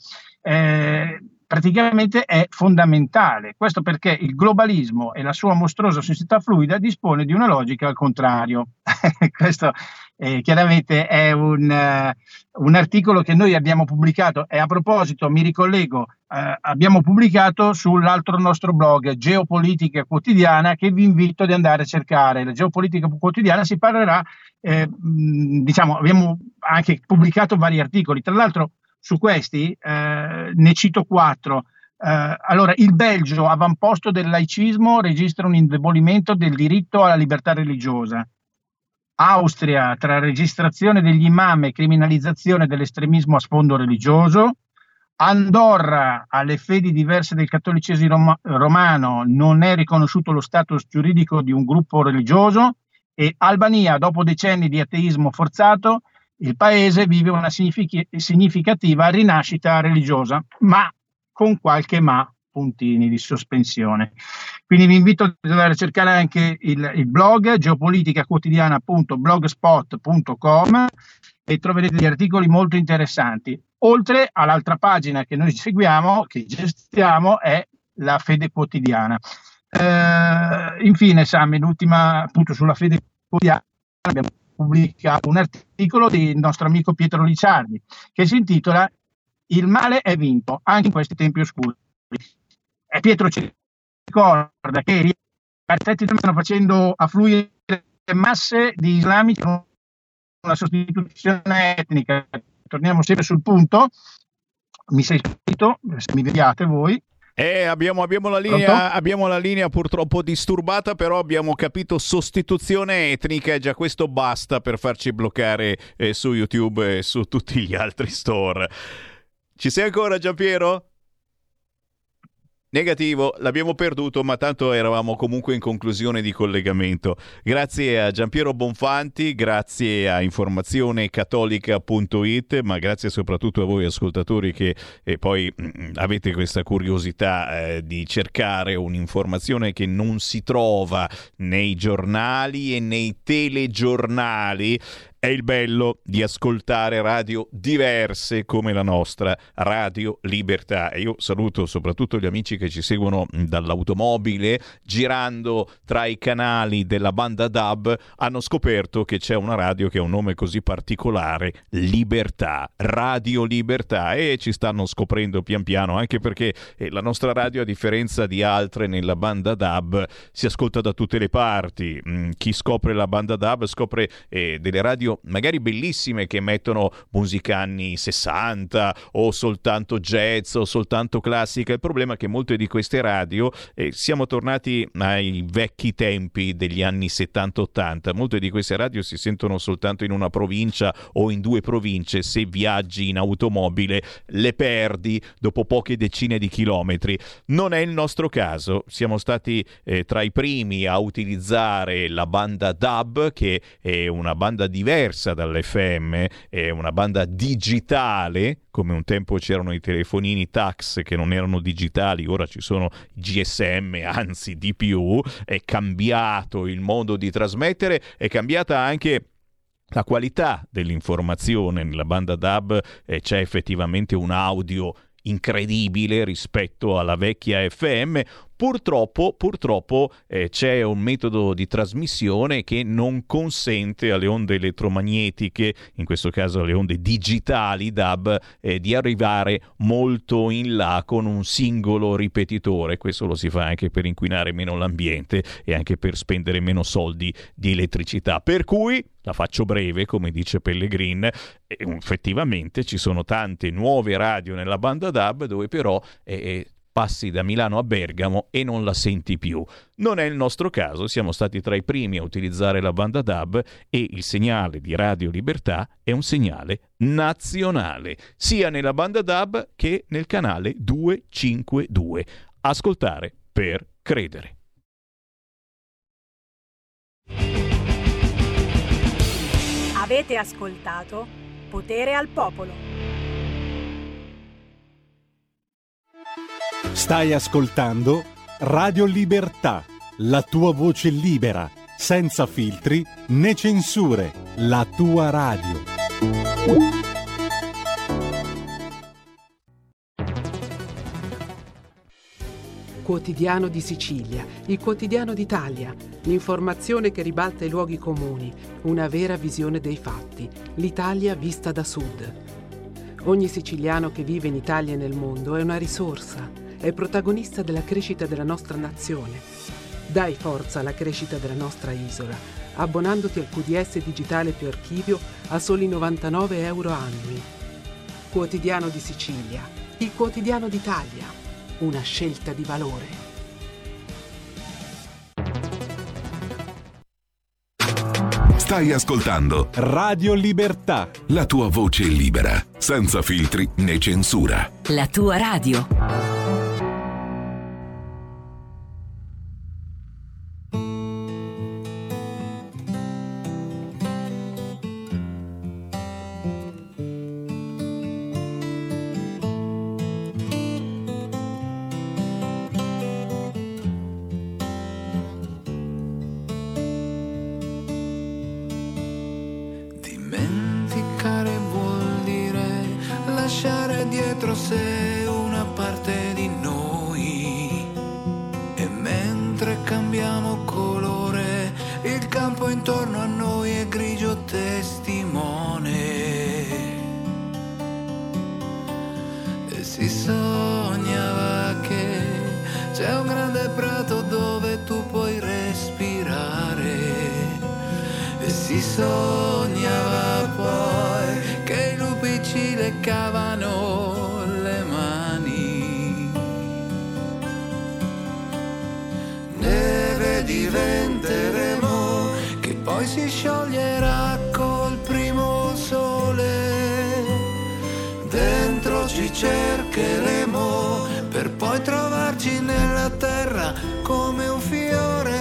Praticamente è fondamentale. Questo perché il globalismo e la sua mostruosa società fluida dispone di una logica al contrario. Questo chiaramente è un articolo che noi abbiamo pubblicato, e a proposito mi ricollego, abbiamo pubblicato sull'altro nostro blog Geopolitica Quotidiana, che vi invito ad andare a cercare. La Geopolitica Quotidiana si parlerà, abbiamo anche pubblicato vari articoli, tra l'altro su questi ne cito 4. Allora, il Belgio, avamposto del laicismo, registra un indebolimento del diritto alla libertà religiosa. Austria, tra registrazione degli imam e criminalizzazione dell'estremismo a sfondo religioso. Andorra, alle fedi diverse del cattolicesimo romano, non è riconosciuto lo status giuridico di un gruppo religioso. E Albania, dopo decenni di ateismo forzato, il paese vive una significativa rinascita religiosa, ma con qualche puntini di sospensione. Quindi vi invito ad andare a cercare anche il blog geopolitica.blogspot.com e troverete degli articoli molto interessanti. Oltre all'altra pagina che noi seguiamo, che gestiamo, è la Fede Quotidiana. Infine, Sammy, l'ultima appunto sulla Fede Quotidiana, abbiamo pubblicato un articolo del nostro amico Pietro Licciardi che si intitola "Il male è vinto anche in questi tempi oscuri". E Pietro ci ricorda che gli architetti stanno facendo affluire masse di islamici con una sostituzione etnica. Torniamo sempre sul punto. Mi sei sentito? Se mi vediate voi.
Abbiamo la linea purtroppo disturbata, però abbiamo capito sostituzione etnica e già questo basta per farci bloccare su YouTube e su tutti gli altri store. Ci sei ancora, Giampiero? Negativo, l'abbiamo perduto, ma tanto eravamo comunque in conclusione di collegamento. Grazie a Giampiero Bonfanti, grazie a informazionecattolica.it, ma grazie soprattutto a voi ascoltatori che poi avete questa curiosità di cercare un'informazione che non si trova nei giornali e nei telegiornali. È il bello di ascoltare radio diverse come la nostra Radio Libertà. E io saluto soprattutto gli amici che ci seguono dall'automobile, girando tra i canali della banda DAB, hanno scoperto che c'è una radio che ha un nome così particolare, Libertà, Radio Libertà, e ci stanno scoprendo pian piano, anche perché la nostra radio, a differenza di altre nella banda DAB, si ascolta da tutte le parti. Chi scopre la banda DAB scopre delle radio magari bellissime che mettono musica anni 60 o soltanto jazz o soltanto classica. Il problema è che molte di queste radio siamo tornati ai vecchi tempi degli anni 70-80. Molte di queste radio si sentono soltanto in una provincia o in due province. Se viaggi in automobile le perdi dopo poche decine di chilometri. Non è il nostro caso. Siamo stati tra i primi a utilizzare la banda DAB, che è una banda diversa dall'FM, è una banda digitale, come un tempo c'erano i telefonini tax che non erano digitali, ora ci sono GSM, anzi di più. È cambiato il modo di trasmettere, è cambiata anche la qualità dell'informazione. Nella banda DAB c'è effettivamente un audio incredibile rispetto alla vecchia FM. Purtroppo c'è un metodo di trasmissione che non consente alle onde elettromagnetiche, in questo caso alle onde digitali DAB, di arrivare molto in là con un singolo ripetitore. Questo lo si fa anche per inquinare meno l'ambiente e anche per spendere meno soldi di elettricità. Per cui, la faccio breve, come dice Pellegrin, effettivamente ci sono tante nuove radio nella banda DAB dove però passi da Milano a Bergamo e non la senti più. Non è il nostro caso, siamo stati tra i primi a utilizzare la banda DAB e il segnale di Radio Libertà è un segnale nazionale, sia nella banda DAB che nel canale 252. Ascoltare per credere.
Avete ascoltato Potere al Popolo.
Stai ascoltando Radio Libertà, la tua voce libera, senza filtri né censure, la tua radio.
Quotidiano di Sicilia, il quotidiano d'Italia, l'informazione che ribalta i luoghi comuni, una vera visione dei fatti, l'Italia vista da sud. Ogni siciliano che vive in Italia e nel mondo è una risorsa, è protagonista della crescita della nostra nazione. Dai forza alla crescita della nostra isola, abbonandoti al QDS digitale più archivio a soli 99 euro annui. Quotidiano di Sicilia, il quotidiano d'Italia. una scelta di valore.
Stai ascoltando
Radio Libertà,
la tua voce libera, senza filtri né censura.
La tua radio.
Dietro sé una parte di noi e mentre cambiamo colore il campo intorno a noi è grigio testimone e si sognava che c'è un grande prato dove tu puoi respirare e si sognava poi che i lupi ci leccavano le mani. Neve diventeremo che poi si scioglierà col primo sole. Dentro ci cercheremo per poi trovarci nella terra come un fiore.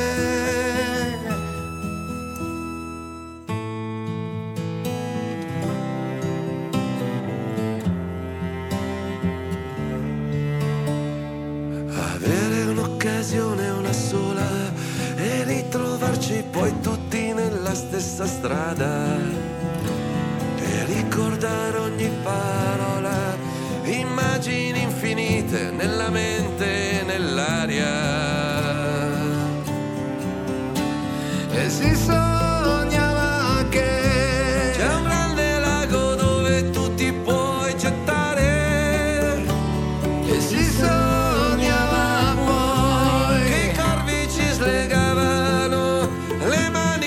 Una sola e ritrovarci poi tutti nella stessa strada e ricordare ogni parola, immagini infinite nella mente e nell'aria e si sognava che c'è un grande lago dove tu ti puoi gettare e si sognava legavano le mani,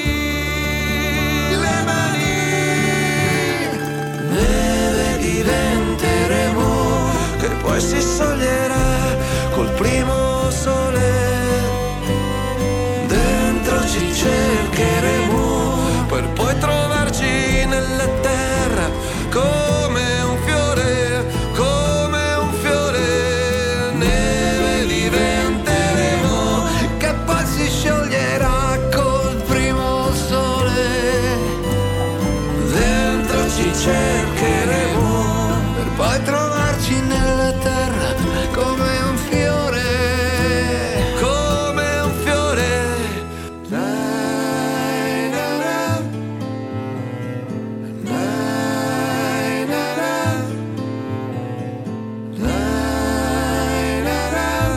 neve diventeremo che poi si scioglierà col primo sole, dentro ci cercheremo per poi trovarci nella terra come un fiore, come un fiore, neve diventeremo che poi si scioglierà col primo sole, dentro ci cercheremo per poi trovarci nella terra come un fiore, come un fiore. Dai, na, na. Dai, na, na. Dai, na, na.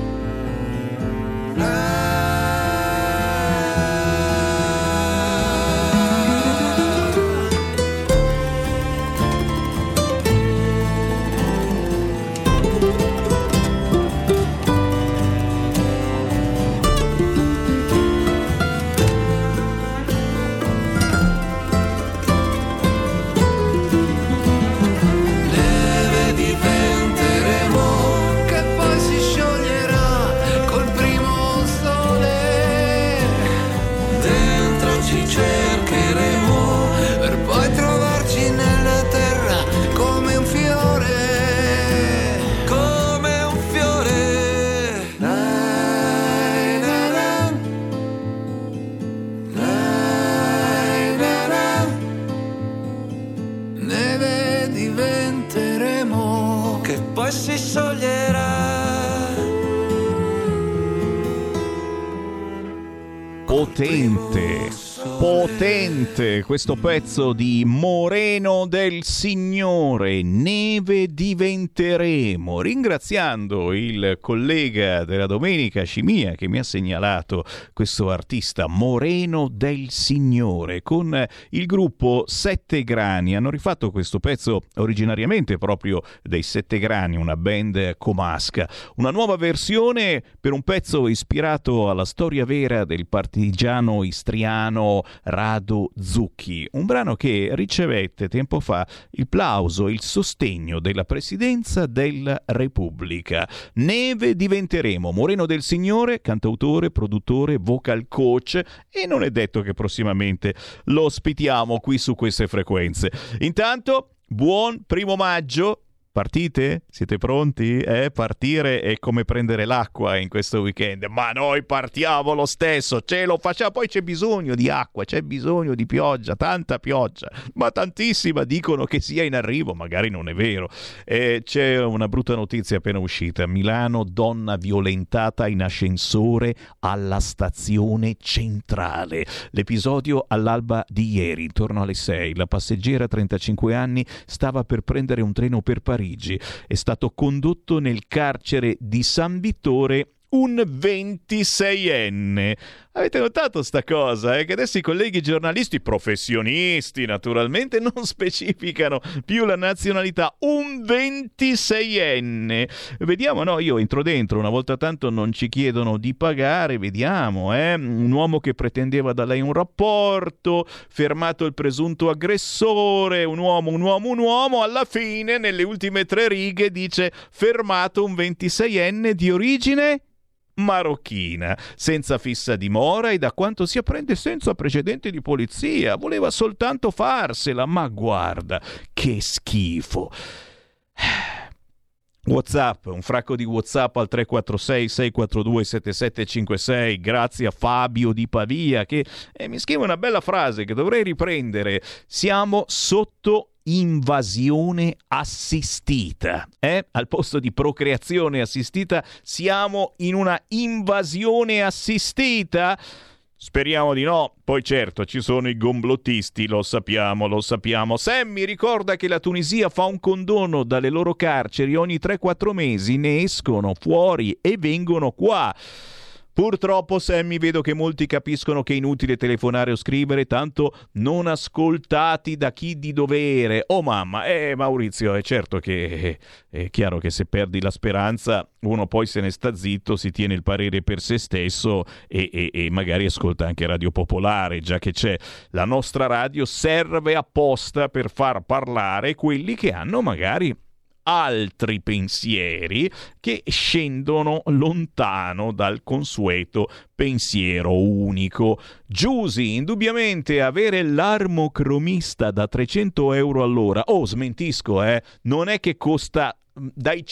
Neve diventeremo che poi si scioglierà col primo sole, dentro ci cercheremo per poi trovarci nella terra come un fiore, come un fiore. Dai, na, na. Dai, na, na. Neve diventeremo che poi si scioglierà.
Potente questo pezzo di Moreno del Signore, Neve diventeremo, ringraziando il collega della Domenica Scimia che mi ha segnalato questo artista Moreno del Signore con il gruppo Sette Grani. Hanno rifatto questo pezzo originariamente proprio dei Sette Grani, una band comasca, una nuova versione per un pezzo ispirato alla storia vera del partigiano istriano Giacomo Rado Zucchi, un brano che ricevette tempo fa il plauso, il sostegno della Presidenza della Repubblica. Neve diventeremo. Moreno del Signore, cantautore, produttore, vocal coach, e non è detto che prossimamente lo ospitiamo qui su queste frequenze. Intanto, buon 1° maggio. Partite? Siete pronti? Partire è come prendere l'acqua in questo weekend, ma noi partiamo lo stesso, ce lo facciamo. Poi c'è bisogno di acqua, c'è bisogno di pioggia, tanta pioggia, ma tantissima. Dicono che sia in arrivo, magari non è vero. C'è una brutta notizia appena uscita: Milano, donna violentata in ascensore alla stazione centrale. L'episodio all'alba di ieri, intorno alle 6. La passeggera, 35 anni, stava per prendere un treno per Parigi. È stato condotto nel carcere di San Vittore un 26enne. Avete notato sta cosa? Che adesso i colleghi giornalisti, professionisti naturalmente, non specificano più la nazionalità. Un 26enne. Vediamo, no? Io entro dentro, una volta tanto non ci chiedono di pagare, vediamo, un uomo che pretendeva da lei un rapporto, fermato il presunto aggressore, un uomo, alla fine, nelle ultime 3 righe, dice fermato un 26enne di origine marocchina, senza fissa dimora e, da quanto si apprende, senza precedenti di polizia. Voleva soltanto farsela, ma guarda che schifo. WhatsApp, un fracco di WhatsApp al 346 642 7756. Grazie a Fabio di Pavia che mi scrive una bella frase che dovrei riprendere. Siamo sotto invasione assistita, al posto di procreazione assistita siamo in una invasione assistita? Speriamo di no. Poi certo ci sono i gomblottisti, lo sappiamo. Sammy ricorda che la Tunisia fa un condono dalle loro carceri, ogni 3-4 mesi ne escono fuori e vengono qua. Purtroppo, Sammy, vedo che molti capiscono che è inutile telefonare o scrivere, tanto non ascoltati da chi di dovere. Oh mamma, Maurizio, è certo che è chiaro che se perdi la speranza uno poi se ne sta zitto, si tiene il parere per se stesso e magari ascolta anche Radio Popolare, già che c'è. La nostra radio serve apposta per far parlare quelli che hanno magari altri pensieri, che scendono lontano dal consueto pensiero unico. Giusy, indubbiamente avere l'armocromista da 300 euro all'ora, smentisco, non è che costa dai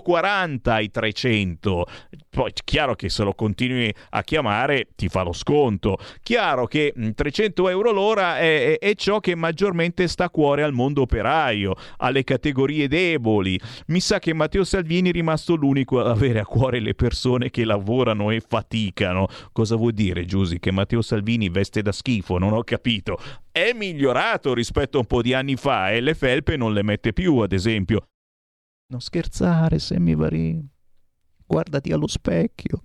140 ai 300. Poi chiaro che se lo continui a chiamare ti fa lo sconto. Chiaro che 300 euro l'ora è ciò che maggiormente sta a cuore al mondo operaio, alle categorie deboli. Mi sa che Matteo Salvini è rimasto l'unico ad avere a cuore le persone che lavorano e faticano. Cosa vuol dire, Giusy, che Matteo Salvini veste da schifo? Non ho capito. È migliorato rispetto a un po' di anni fa e le felpe non le mette più, ad esempio. Non scherzare, Sammy Varin. Guardati allo specchio.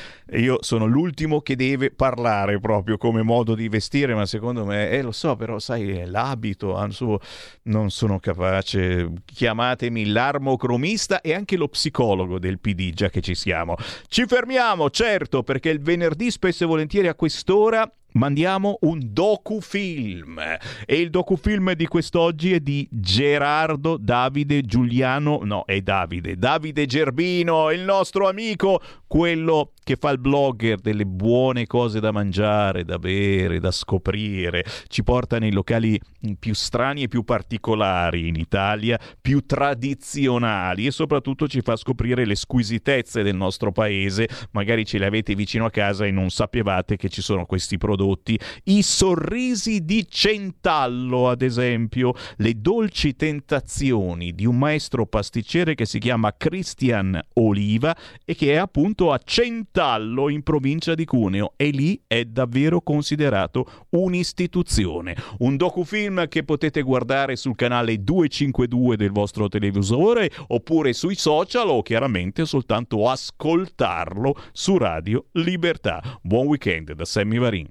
Io sono l'ultimo che deve parlare proprio come modo di vestire, ma secondo me, lo so, però sai, l'abito, non sono capace. Chiamatemi l'armocromista e anche lo psicologo del PD, già che ci siamo. Ci fermiamo, certo, perché il venerdì spesso e volentieri a quest'ora mandiamo un docufilm, e il docufilm di quest'oggi è di Gerardo Davide Gerbino, il nostro amico, quello che fa il blogger delle buone cose da mangiare, da bere, da scoprire. Ci porta nei locali più strani e più particolari in Italia, più tradizionali, e soprattutto ci fa scoprire le squisitezze del nostro paese. Magari ce le avete vicino a casa e non sapevate che ci sono questi prodotti. I sorrisi di Centallo, ad esempio, le dolci tentazioni di un maestro pasticcere che si chiama Christian Oliva e che è appunto a Centallo, in provincia di Cuneo, e lì è davvero considerato un'istituzione. Un docufilm che potete guardare sul canale 252 del vostro televisore, oppure sui social, o chiaramente soltanto ascoltarlo su Radio Libertà. Buon weekend da Sammy Varin.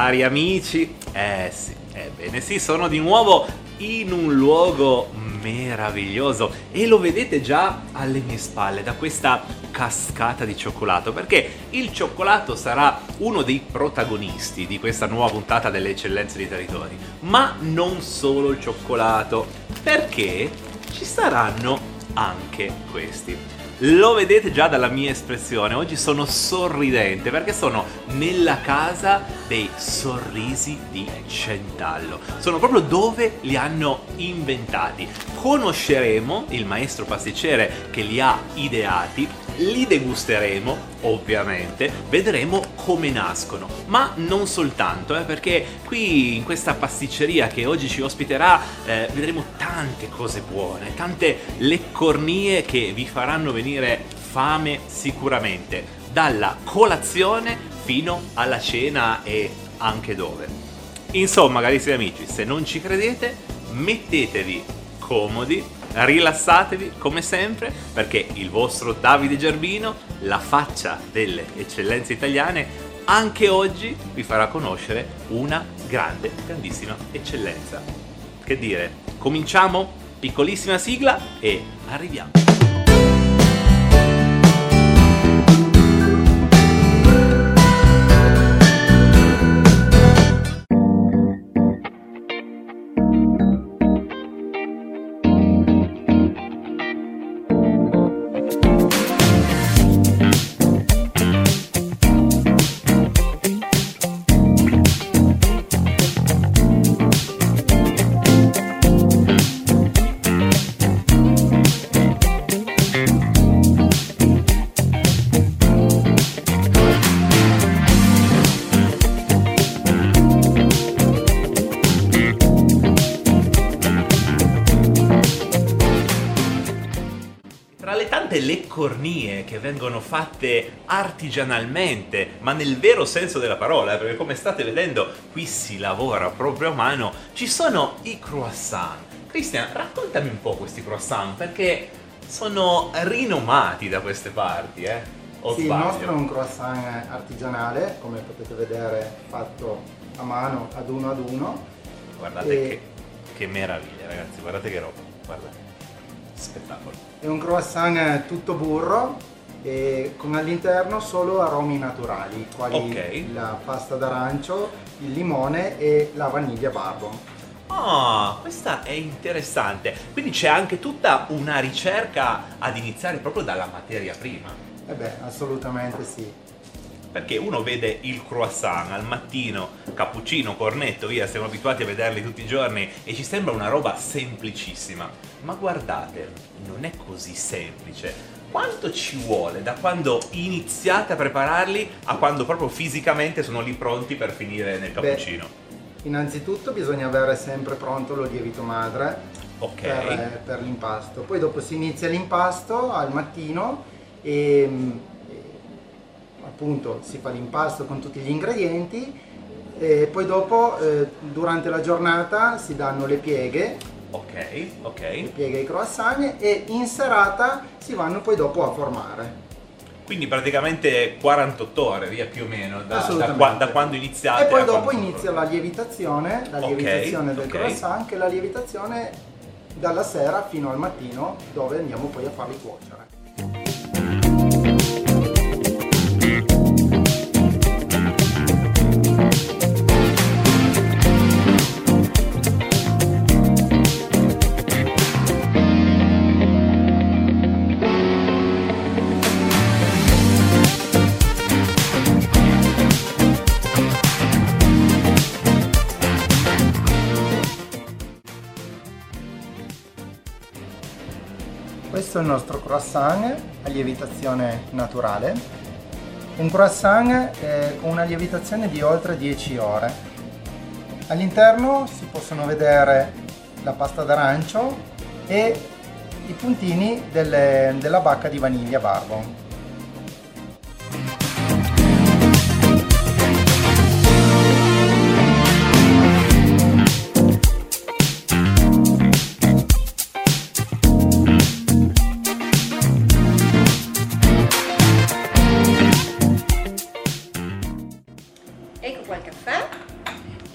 Cari amici, sì, ebbene sì, sono di nuovo in un luogo meraviglioso e lo vedete già alle mie spalle da questa cascata di cioccolato, perché il cioccolato sarà uno dei protagonisti di questa nuova puntata delle eccellenze dei territori, ma non solo il cioccolato, perché ci saranno anche questi. Lo vedete già dalla mia espressione, oggi sono sorridente perché sono nella casa dei sorrisi di Centallo. Sono proprio dove li hanno inventati. Conosceremo il maestro pasticcere che li ha ideati, li degusteremo ovviamente, vedremo come nascono, ma non soltanto, perché qui in questa pasticceria che oggi ci ospiterà vedremo tante cose buone, tante leccornie che vi faranno venire fame sicuramente, dalla colazione fino alla cena e anche dove. Insomma, carissimi amici, se non ci credete, mettetevi comodi, rilassatevi come sempre, perché il vostro Davide Gerbino, la faccia delle eccellenze italiane, anche oggi vi farà conoscere una grandissima eccellenza. Che dire, cominciamo? Piccolissima sigla e arriviamo. Leccornie che vengono fatte artigianalmente, ma nel vero senso della parola, perché come state vedendo qui si lavora proprio a mano. Ci sono i croissant. Cristian, raccontami un po' questi croissant, perché sono rinomati da queste parti, o
sì,
sbaglio?
Il nostro è un croissant artigianale, come potete vedere, fatto a mano ad uno.
Guardate che meraviglia, ragazzi, guardate che roba, guardate, spettacolo.
È un croissant tutto burro e con all'interno solo aromi naturali, quali la pasta d'arancio, il limone e la vaniglia bourbon.
Ah, questa è interessante. Quindi c'è anche tutta una ricerca ad iniziare proprio dalla materia prima.
Assolutamente sì.
Perché uno vede il croissant al mattino, cappuccino, cornetto, via, siamo abituati a vederli tutti i giorni e ci sembra una roba semplicissima. Ma guardate, non è così semplice. Quanto ci vuole da quando iniziate a prepararli a quando proprio fisicamente sono lì pronti per finire nel cappuccino?
Innanzitutto bisogna avere sempre pronto lo lievito madre per l'impasto. Poi dopo si inizia l'impasto al mattino e appunto si fa l'impasto con tutti gli ingredienti e poi dopo durante la giornata si danno le pieghe. Le pieghe ai croissant e in serata si vanno poi dopo a formare.
Quindi praticamente 48 ore, via, più o meno, da quando iniziate.
E poi dopo inizia la lievitazione del croissant, che è la lievitazione dalla sera fino al mattino, dove andiamo poi a farli cuocere. Questo è il nostro croissant a lievitazione naturale, un croissant con una lievitazione di oltre 10 ore. All'interno si possono vedere la pasta d'arancio e i puntini della bacca di vaniglia bourbon.
Ecco qua il caffè.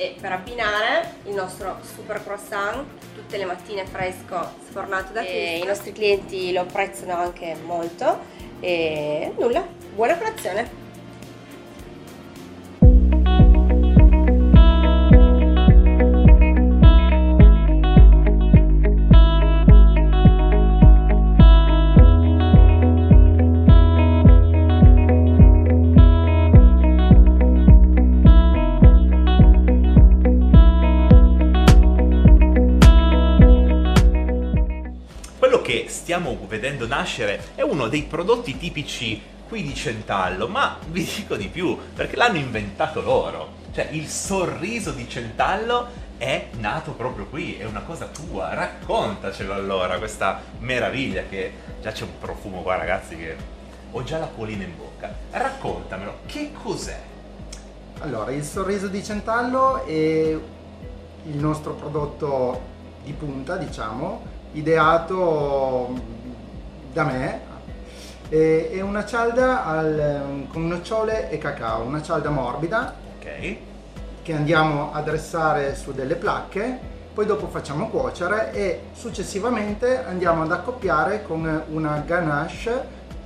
E per abbinare il nostro super croissant, tutte le mattine fresco, sfornato da qui. I nostri clienti lo apprezzano anche molto. E nulla, buona colazione!
Che stiamo vedendo nascere è uno dei prodotti tipici qui di Centallo, ma vi dico di più, perché l'hanno inventato loro. Cioè, il sorriso di Centallo è nato proprio qui, è una cosa tua. Raccontacelo allora, questa meraviglia, che già c'è un profumo qua, ragazzi, che ho già la polina in bocca. Raccontamelo, che cos'è?
Allora, il sorriso di Centallo è il nostro prodotto di punta, diciamo, ideato da me. È una cialda con nocciole e cacao, una cialda morbida,
ok,
che andiamo a dressare su delle placche, poi dopo facciamo cuocere e successivamente andiamo ad accoppiare con una ganache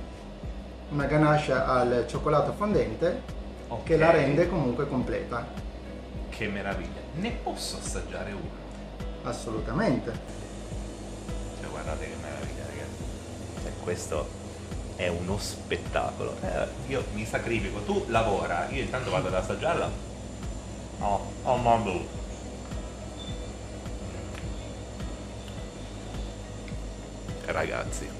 al cioccolato fondente,
okay,
che la rende comunque completa.
Che meraviglia! Ne posso assaggiare uno?
Assolutamente.
Guardate che meraviglia, ragazzi. Cioè, questo è uno spettacolo. Io mi sacrifico, tu lavora, io intanto vado ad assaggiarla. Oh mamma. Ragazzi,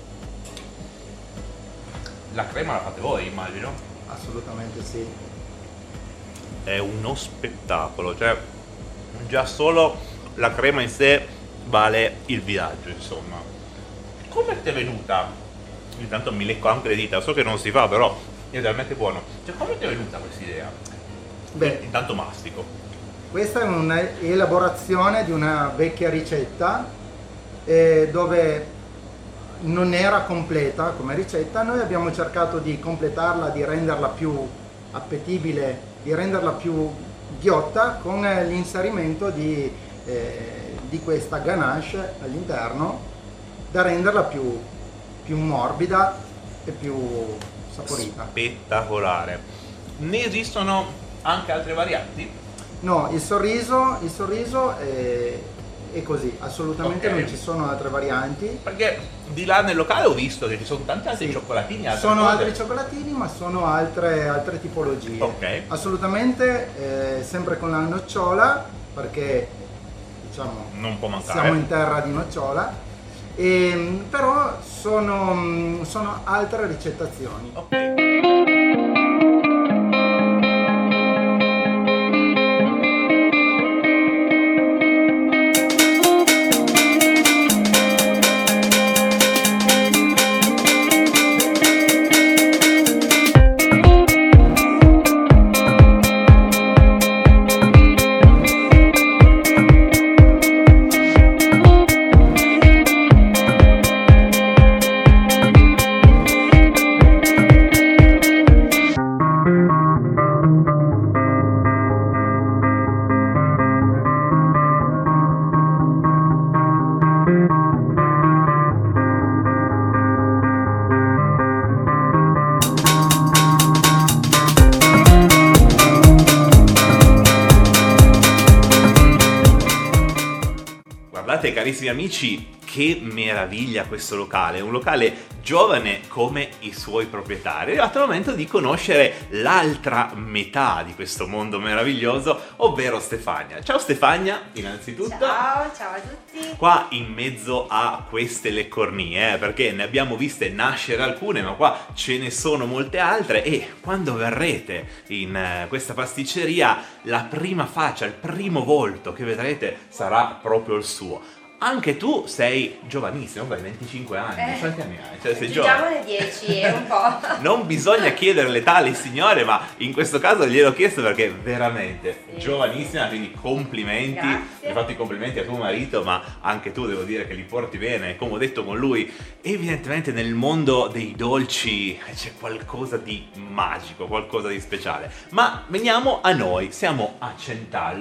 la crema la fate voi, immagino?
Assolutamente sì.
È uno spettacolo, cioè già solo la crema in sé vale il viaggio, insomma. Come ti è venuta? Intanto mi lecco anche le dita, so che non si fa, però è talmente buono. Cioè, come ti è venuta questa idea?
Beh,
intanto mastico.
Questa è un'elaborazione di una vecchia ricetta dove non era completa come ricetta. Noi abbiamo cercato di completarla, di renderla più appetibile, di renderla più ghiotta con l'inserimento di questa ganache all'interno, da renderla più morbida e più saporita.
Spettacolare. Ne esistono anche altre varianti?
No, il sorriso è così, assolutamente, okay. Non ci sono altre varianti.
Perché di là nel locale ho visto che ci sono tanti altri cioccolatini.
Sono altri cioccolatini, ma sono altre tipologie.
Okay.
Assolutamente, sempre con la nocciola, perché diciamo
non può mancare.
Siamo in terra di nocciola. Però sono altre ricettazioni.
Okay. Carissimi amici, che meraviglia questo locale, un locale giovane come i suoi proprietari. È arrivato il momento di conoscere l'altra metà di questo mondo meraviglioso, ovvero Stefania. Ciao Stefania, innanzitutto.
Ciao a tutti.
Qua in mezzo a queste leccornie, perché ne abbiamo viste nascere alcune, ma qua ce ne sono molte altre, e quando verrete in questa pasticceria, la prima faccia, il primo volto che vedrete sarà proprio il suo. Anche tu sei giovanissimo, hai 25 anni, quanti anni hai? Cioè, sei giovane.
10, è un po'.
Non bisogna chiedere l'età alle signore, ma in questo caso gliel'ho chiesto perché veramente giovanissima, quindi complimenti.
Grazie.
Hai fatto i complimenti a tuo marito, ma anche tu devo dire che li porti bene, come ho detto con lui. Evidentemente nel mondo dei dolci c'è qualcosa di magico, qualcosa di speciale. Ma veniamo a noi, siamo a Centallo.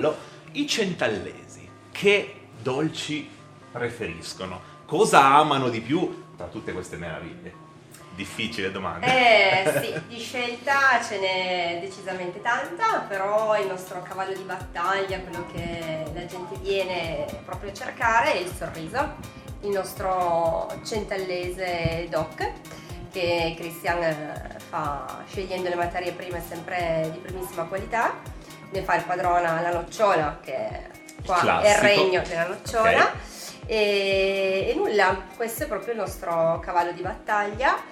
I centallesi, che dolci preferiscono? Cosa amano di più tra tutte queste meraviglie? Difficile domanda.
Sì, di scelta ce n'è decisamente tanta, però il nostro cavallo di battaglia, quello che la gente viene proprio a cercare, è il sorriso, il nostro centallese DOC, che Christian fa scegliendo le materie prime sempre di primissima qualità. Ne fa il padrona alla nocciola, che qua è il regno della nocciola.
Okay.
E nulla, questo è proprio il nostro cavallo di battaglia.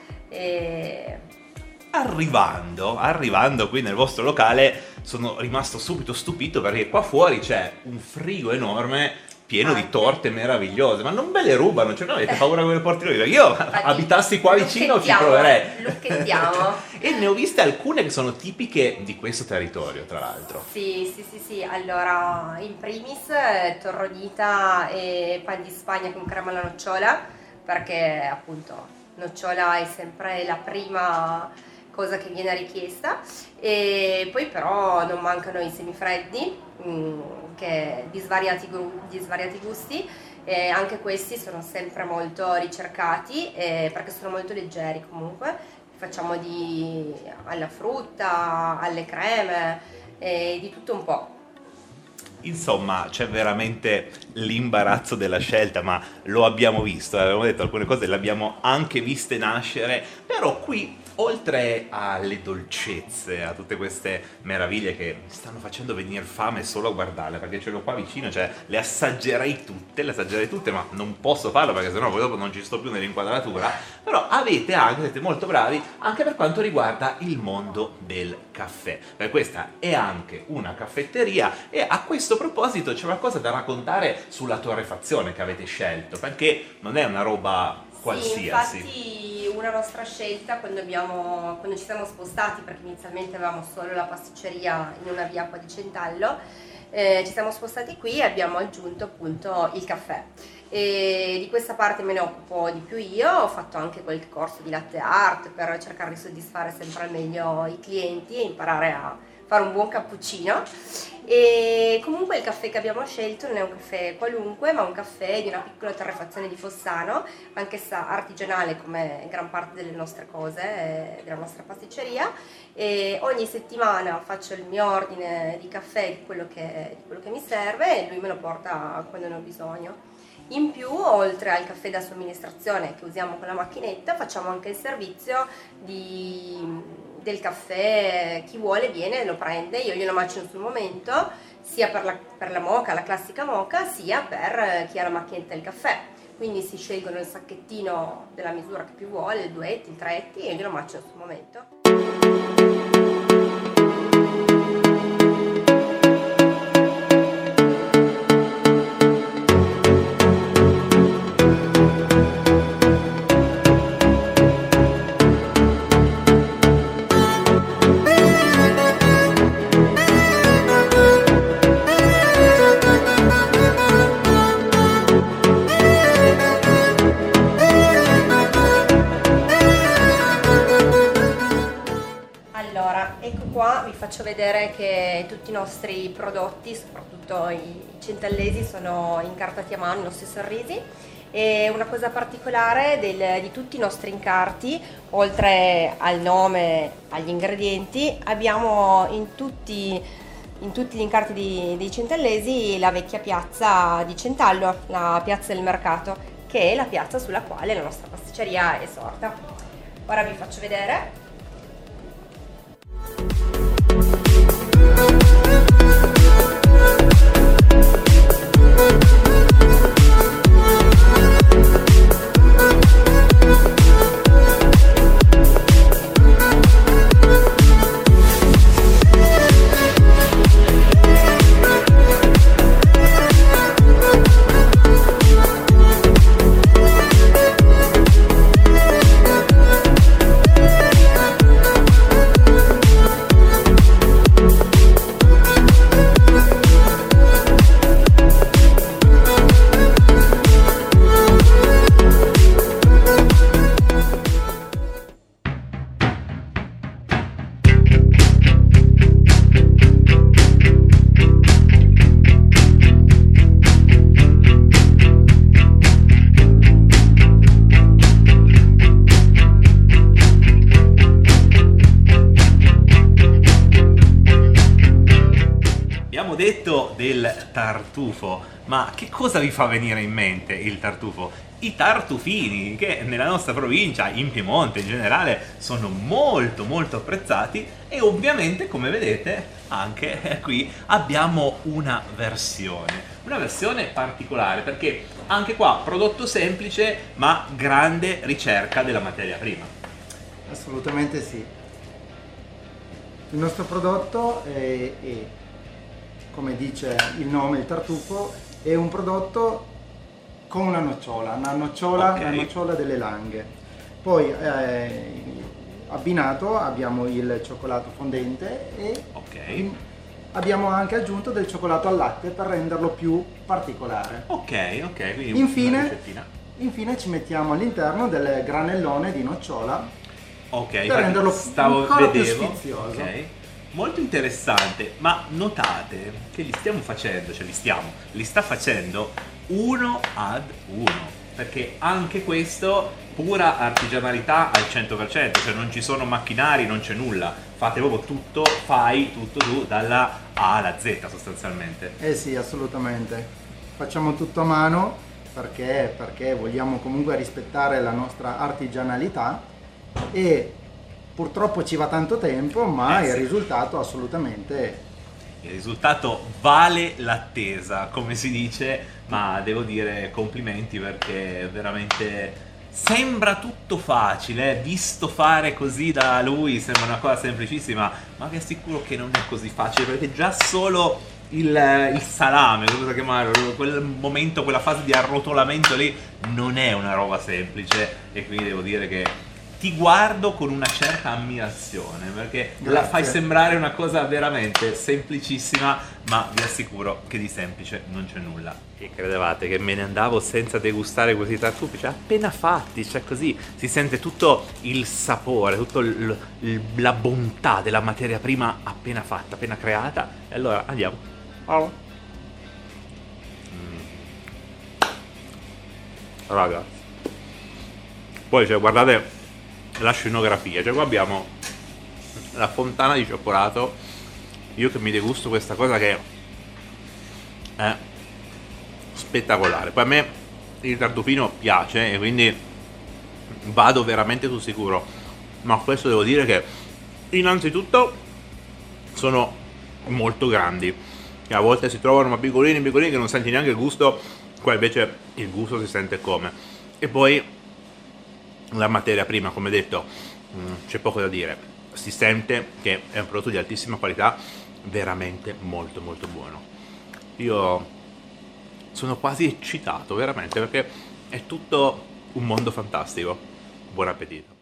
Arrivando qui nel vostro locale sono rimasto subito stupito, perché qua fuori c'è un frigo enorme pieno di torte meravigliose, ma non ve le rubano? Cioè, non avete paura che ve le portino via? Io abitassi qua vicino ci proverei.
Lucchettiamo.
E ne ho viste alcune che sono tipiche di questo territorio, tra l'altro.
Sì. Allora, in primis torrodita e pan di Spagna con crema alla nocciola, perché appunto nocciola è sempre la prima cosa che viene richiesta. E poi però non mancano i semifreddi, che di svariati gusti. Anche questi sono sempre molto ricercati, perché sono molto leggeri comunque. Facciamo alla frutta, alle creme, di tutto un po'.
Insomma, c'è veramente l'imbarazzo della scelta, ma lo abbiamo visto, abbiamo detto alcune cose, le abbiamo anche viste nascere, però qui, oltre alle dolcezze, a tutte queste meraviglie che mi stanno facendo venire fame solo a guardarle, perché ce l'ho qua vicino, cioè le assaggerei tutte, ma non posso farlo perché sennò poi dopo non ci sto più nell'inquadratura. Però siete molto bravi anche per quanto riguarda il mondo del caffè, perché questa è anche una caffetteria. E a questo proposito c'è qualcosa da raccontare sulla torrefazione che avete scelto, perché non è una roba qualsiasi.
Sì, infatti una nostra scelta quando ci siamo spostati, perché inizialmente avevamo solo la pasticceria in una via qua di Centallo, ci siamo spostati qui e abbiamo aggiunto appunto il caffè. E di questa parte me ne occupo di più io, ho fatto anche qualche corso di latte art per cercare di soddisfare sempre al meglio i clienti e imparare a fare un buon cappuccino. E comunque il caffè che abbiamo scelto non è un caffè qualunque, ma un caffè di una piccola torrefazione di Fossano, anch'essa artigianale come gran parte delle nostre cose, della nostra pasticceria. E ogni settimana faccio il mio ordine di caffè, di quello che mi serve, e lui me lo porta quando ne ho bisogno. In più, oltre al caffè da somministrazione che usiamo con la macchinetta, facciamo anche il servizio del caffè. Chi vuole viene, lo prende, io glielo macino sul momento, sia per la moka, la classica moka, sia per chi ha la macchinetta del caffè. Quindi si scelgono il sacchettino della misura che più vuole, il 2 etti, il 3 etti, e io glielo macino sul momento. Faccio vedere che tutti i nostri prodotti, soprattutto i centallesi, sono incartati a mano, i nostri sorrisi. E una cosa particolare di tutti i nostri incarti, oltre al nome, agli ingredienti, abbiamo in tutti gli incarti dei centallesi la vecchia piazza di Centallo, la piazza del mercato, che è la piazza sulla quale la nostra pasticceria è sorta. Ora vi faccio vedere.
detto del tartufo, ma che cosa vi fa venire in mente il tartufo? I tartufini, che nella nostra provincia, in Piemonte in generale, sono molto molto apprezzati, e ovviamente, come vedete, anche qui abbiamo una versione particolare, perché anche qua prodotto semplice ma grande ricerca della materia prima.
Assolutamente sì. Il nostro prodotto è, come dice il nome, il tartufo, è un prodotto con una nocciola, la nocciola delle Langhe. Poi abbinato abbiamo il cioccolato fondente e abbiamo anche aggiunto del cioccolato al latte per renderlo più particolare.
Ok, quindi
infine ci mettiamo all'interno del granellone di nocciola
per
renderlo ancora più sfizioso.
Molto interessante, ma notate che li sta facendo uno ad uno, perché anche questo pura artigianalità al 100%, cioè non ci sono macchinari, non c'è nulla, fate proprio fai tutto tu dalla A alla Z sostanzialmente.
Sì, assolutamente, facciamo tutto a mano perché vogliamo comunque rispettare la nostra artigianalità, e purtroppo ci va tanto tempo, ma il risultato assolutamente...
Il risultato vale l'attesa, come si dice, ma devo dire complimenti, perché veramente sembra tutto facile, visto fare così da lui sembra una cosa semplicissima, ma vi assicuro che non è così facile, perché già solo il salame, cosa chiamarlo, quel momento, quella fase di arrotolamento lì non è una roba semplice, e quindi devo dire che ti guardo con una certa ammirazione, perché la fai sembrare una cosa veramente semplicissima, ma vi assicuro che di semplice non c'è nulla. E credevate che me ne andavo senza degustare questi tartufi? Cioè appena fatti, cioè così si sente tutto il sapore, tutta la bontà della materia prima appena fatta, appena creata. E allora andiamo. Ragazzi, poi cioè guardate la scenografia, cioè qua abbiamo la fontana di cioccolato, io che mi degusto questa cosa che è spettacolare. Poi a me il tartufino piace e quindi vado veramente sul sicuro, ma questo devo dire che innanzitutto sono molto grandi, e a volte si trovano ma piccolini che non senti neanche il gusto, qua invece il gusto si sente come. E poi la materia prima, come detto, c'è poco da dire, si sente che è un prodotto di altissima qualità, veramente molto molto buono. Io sono quasi eccitato veramente, perché è tutto un mondo fantastico. Buon appetito.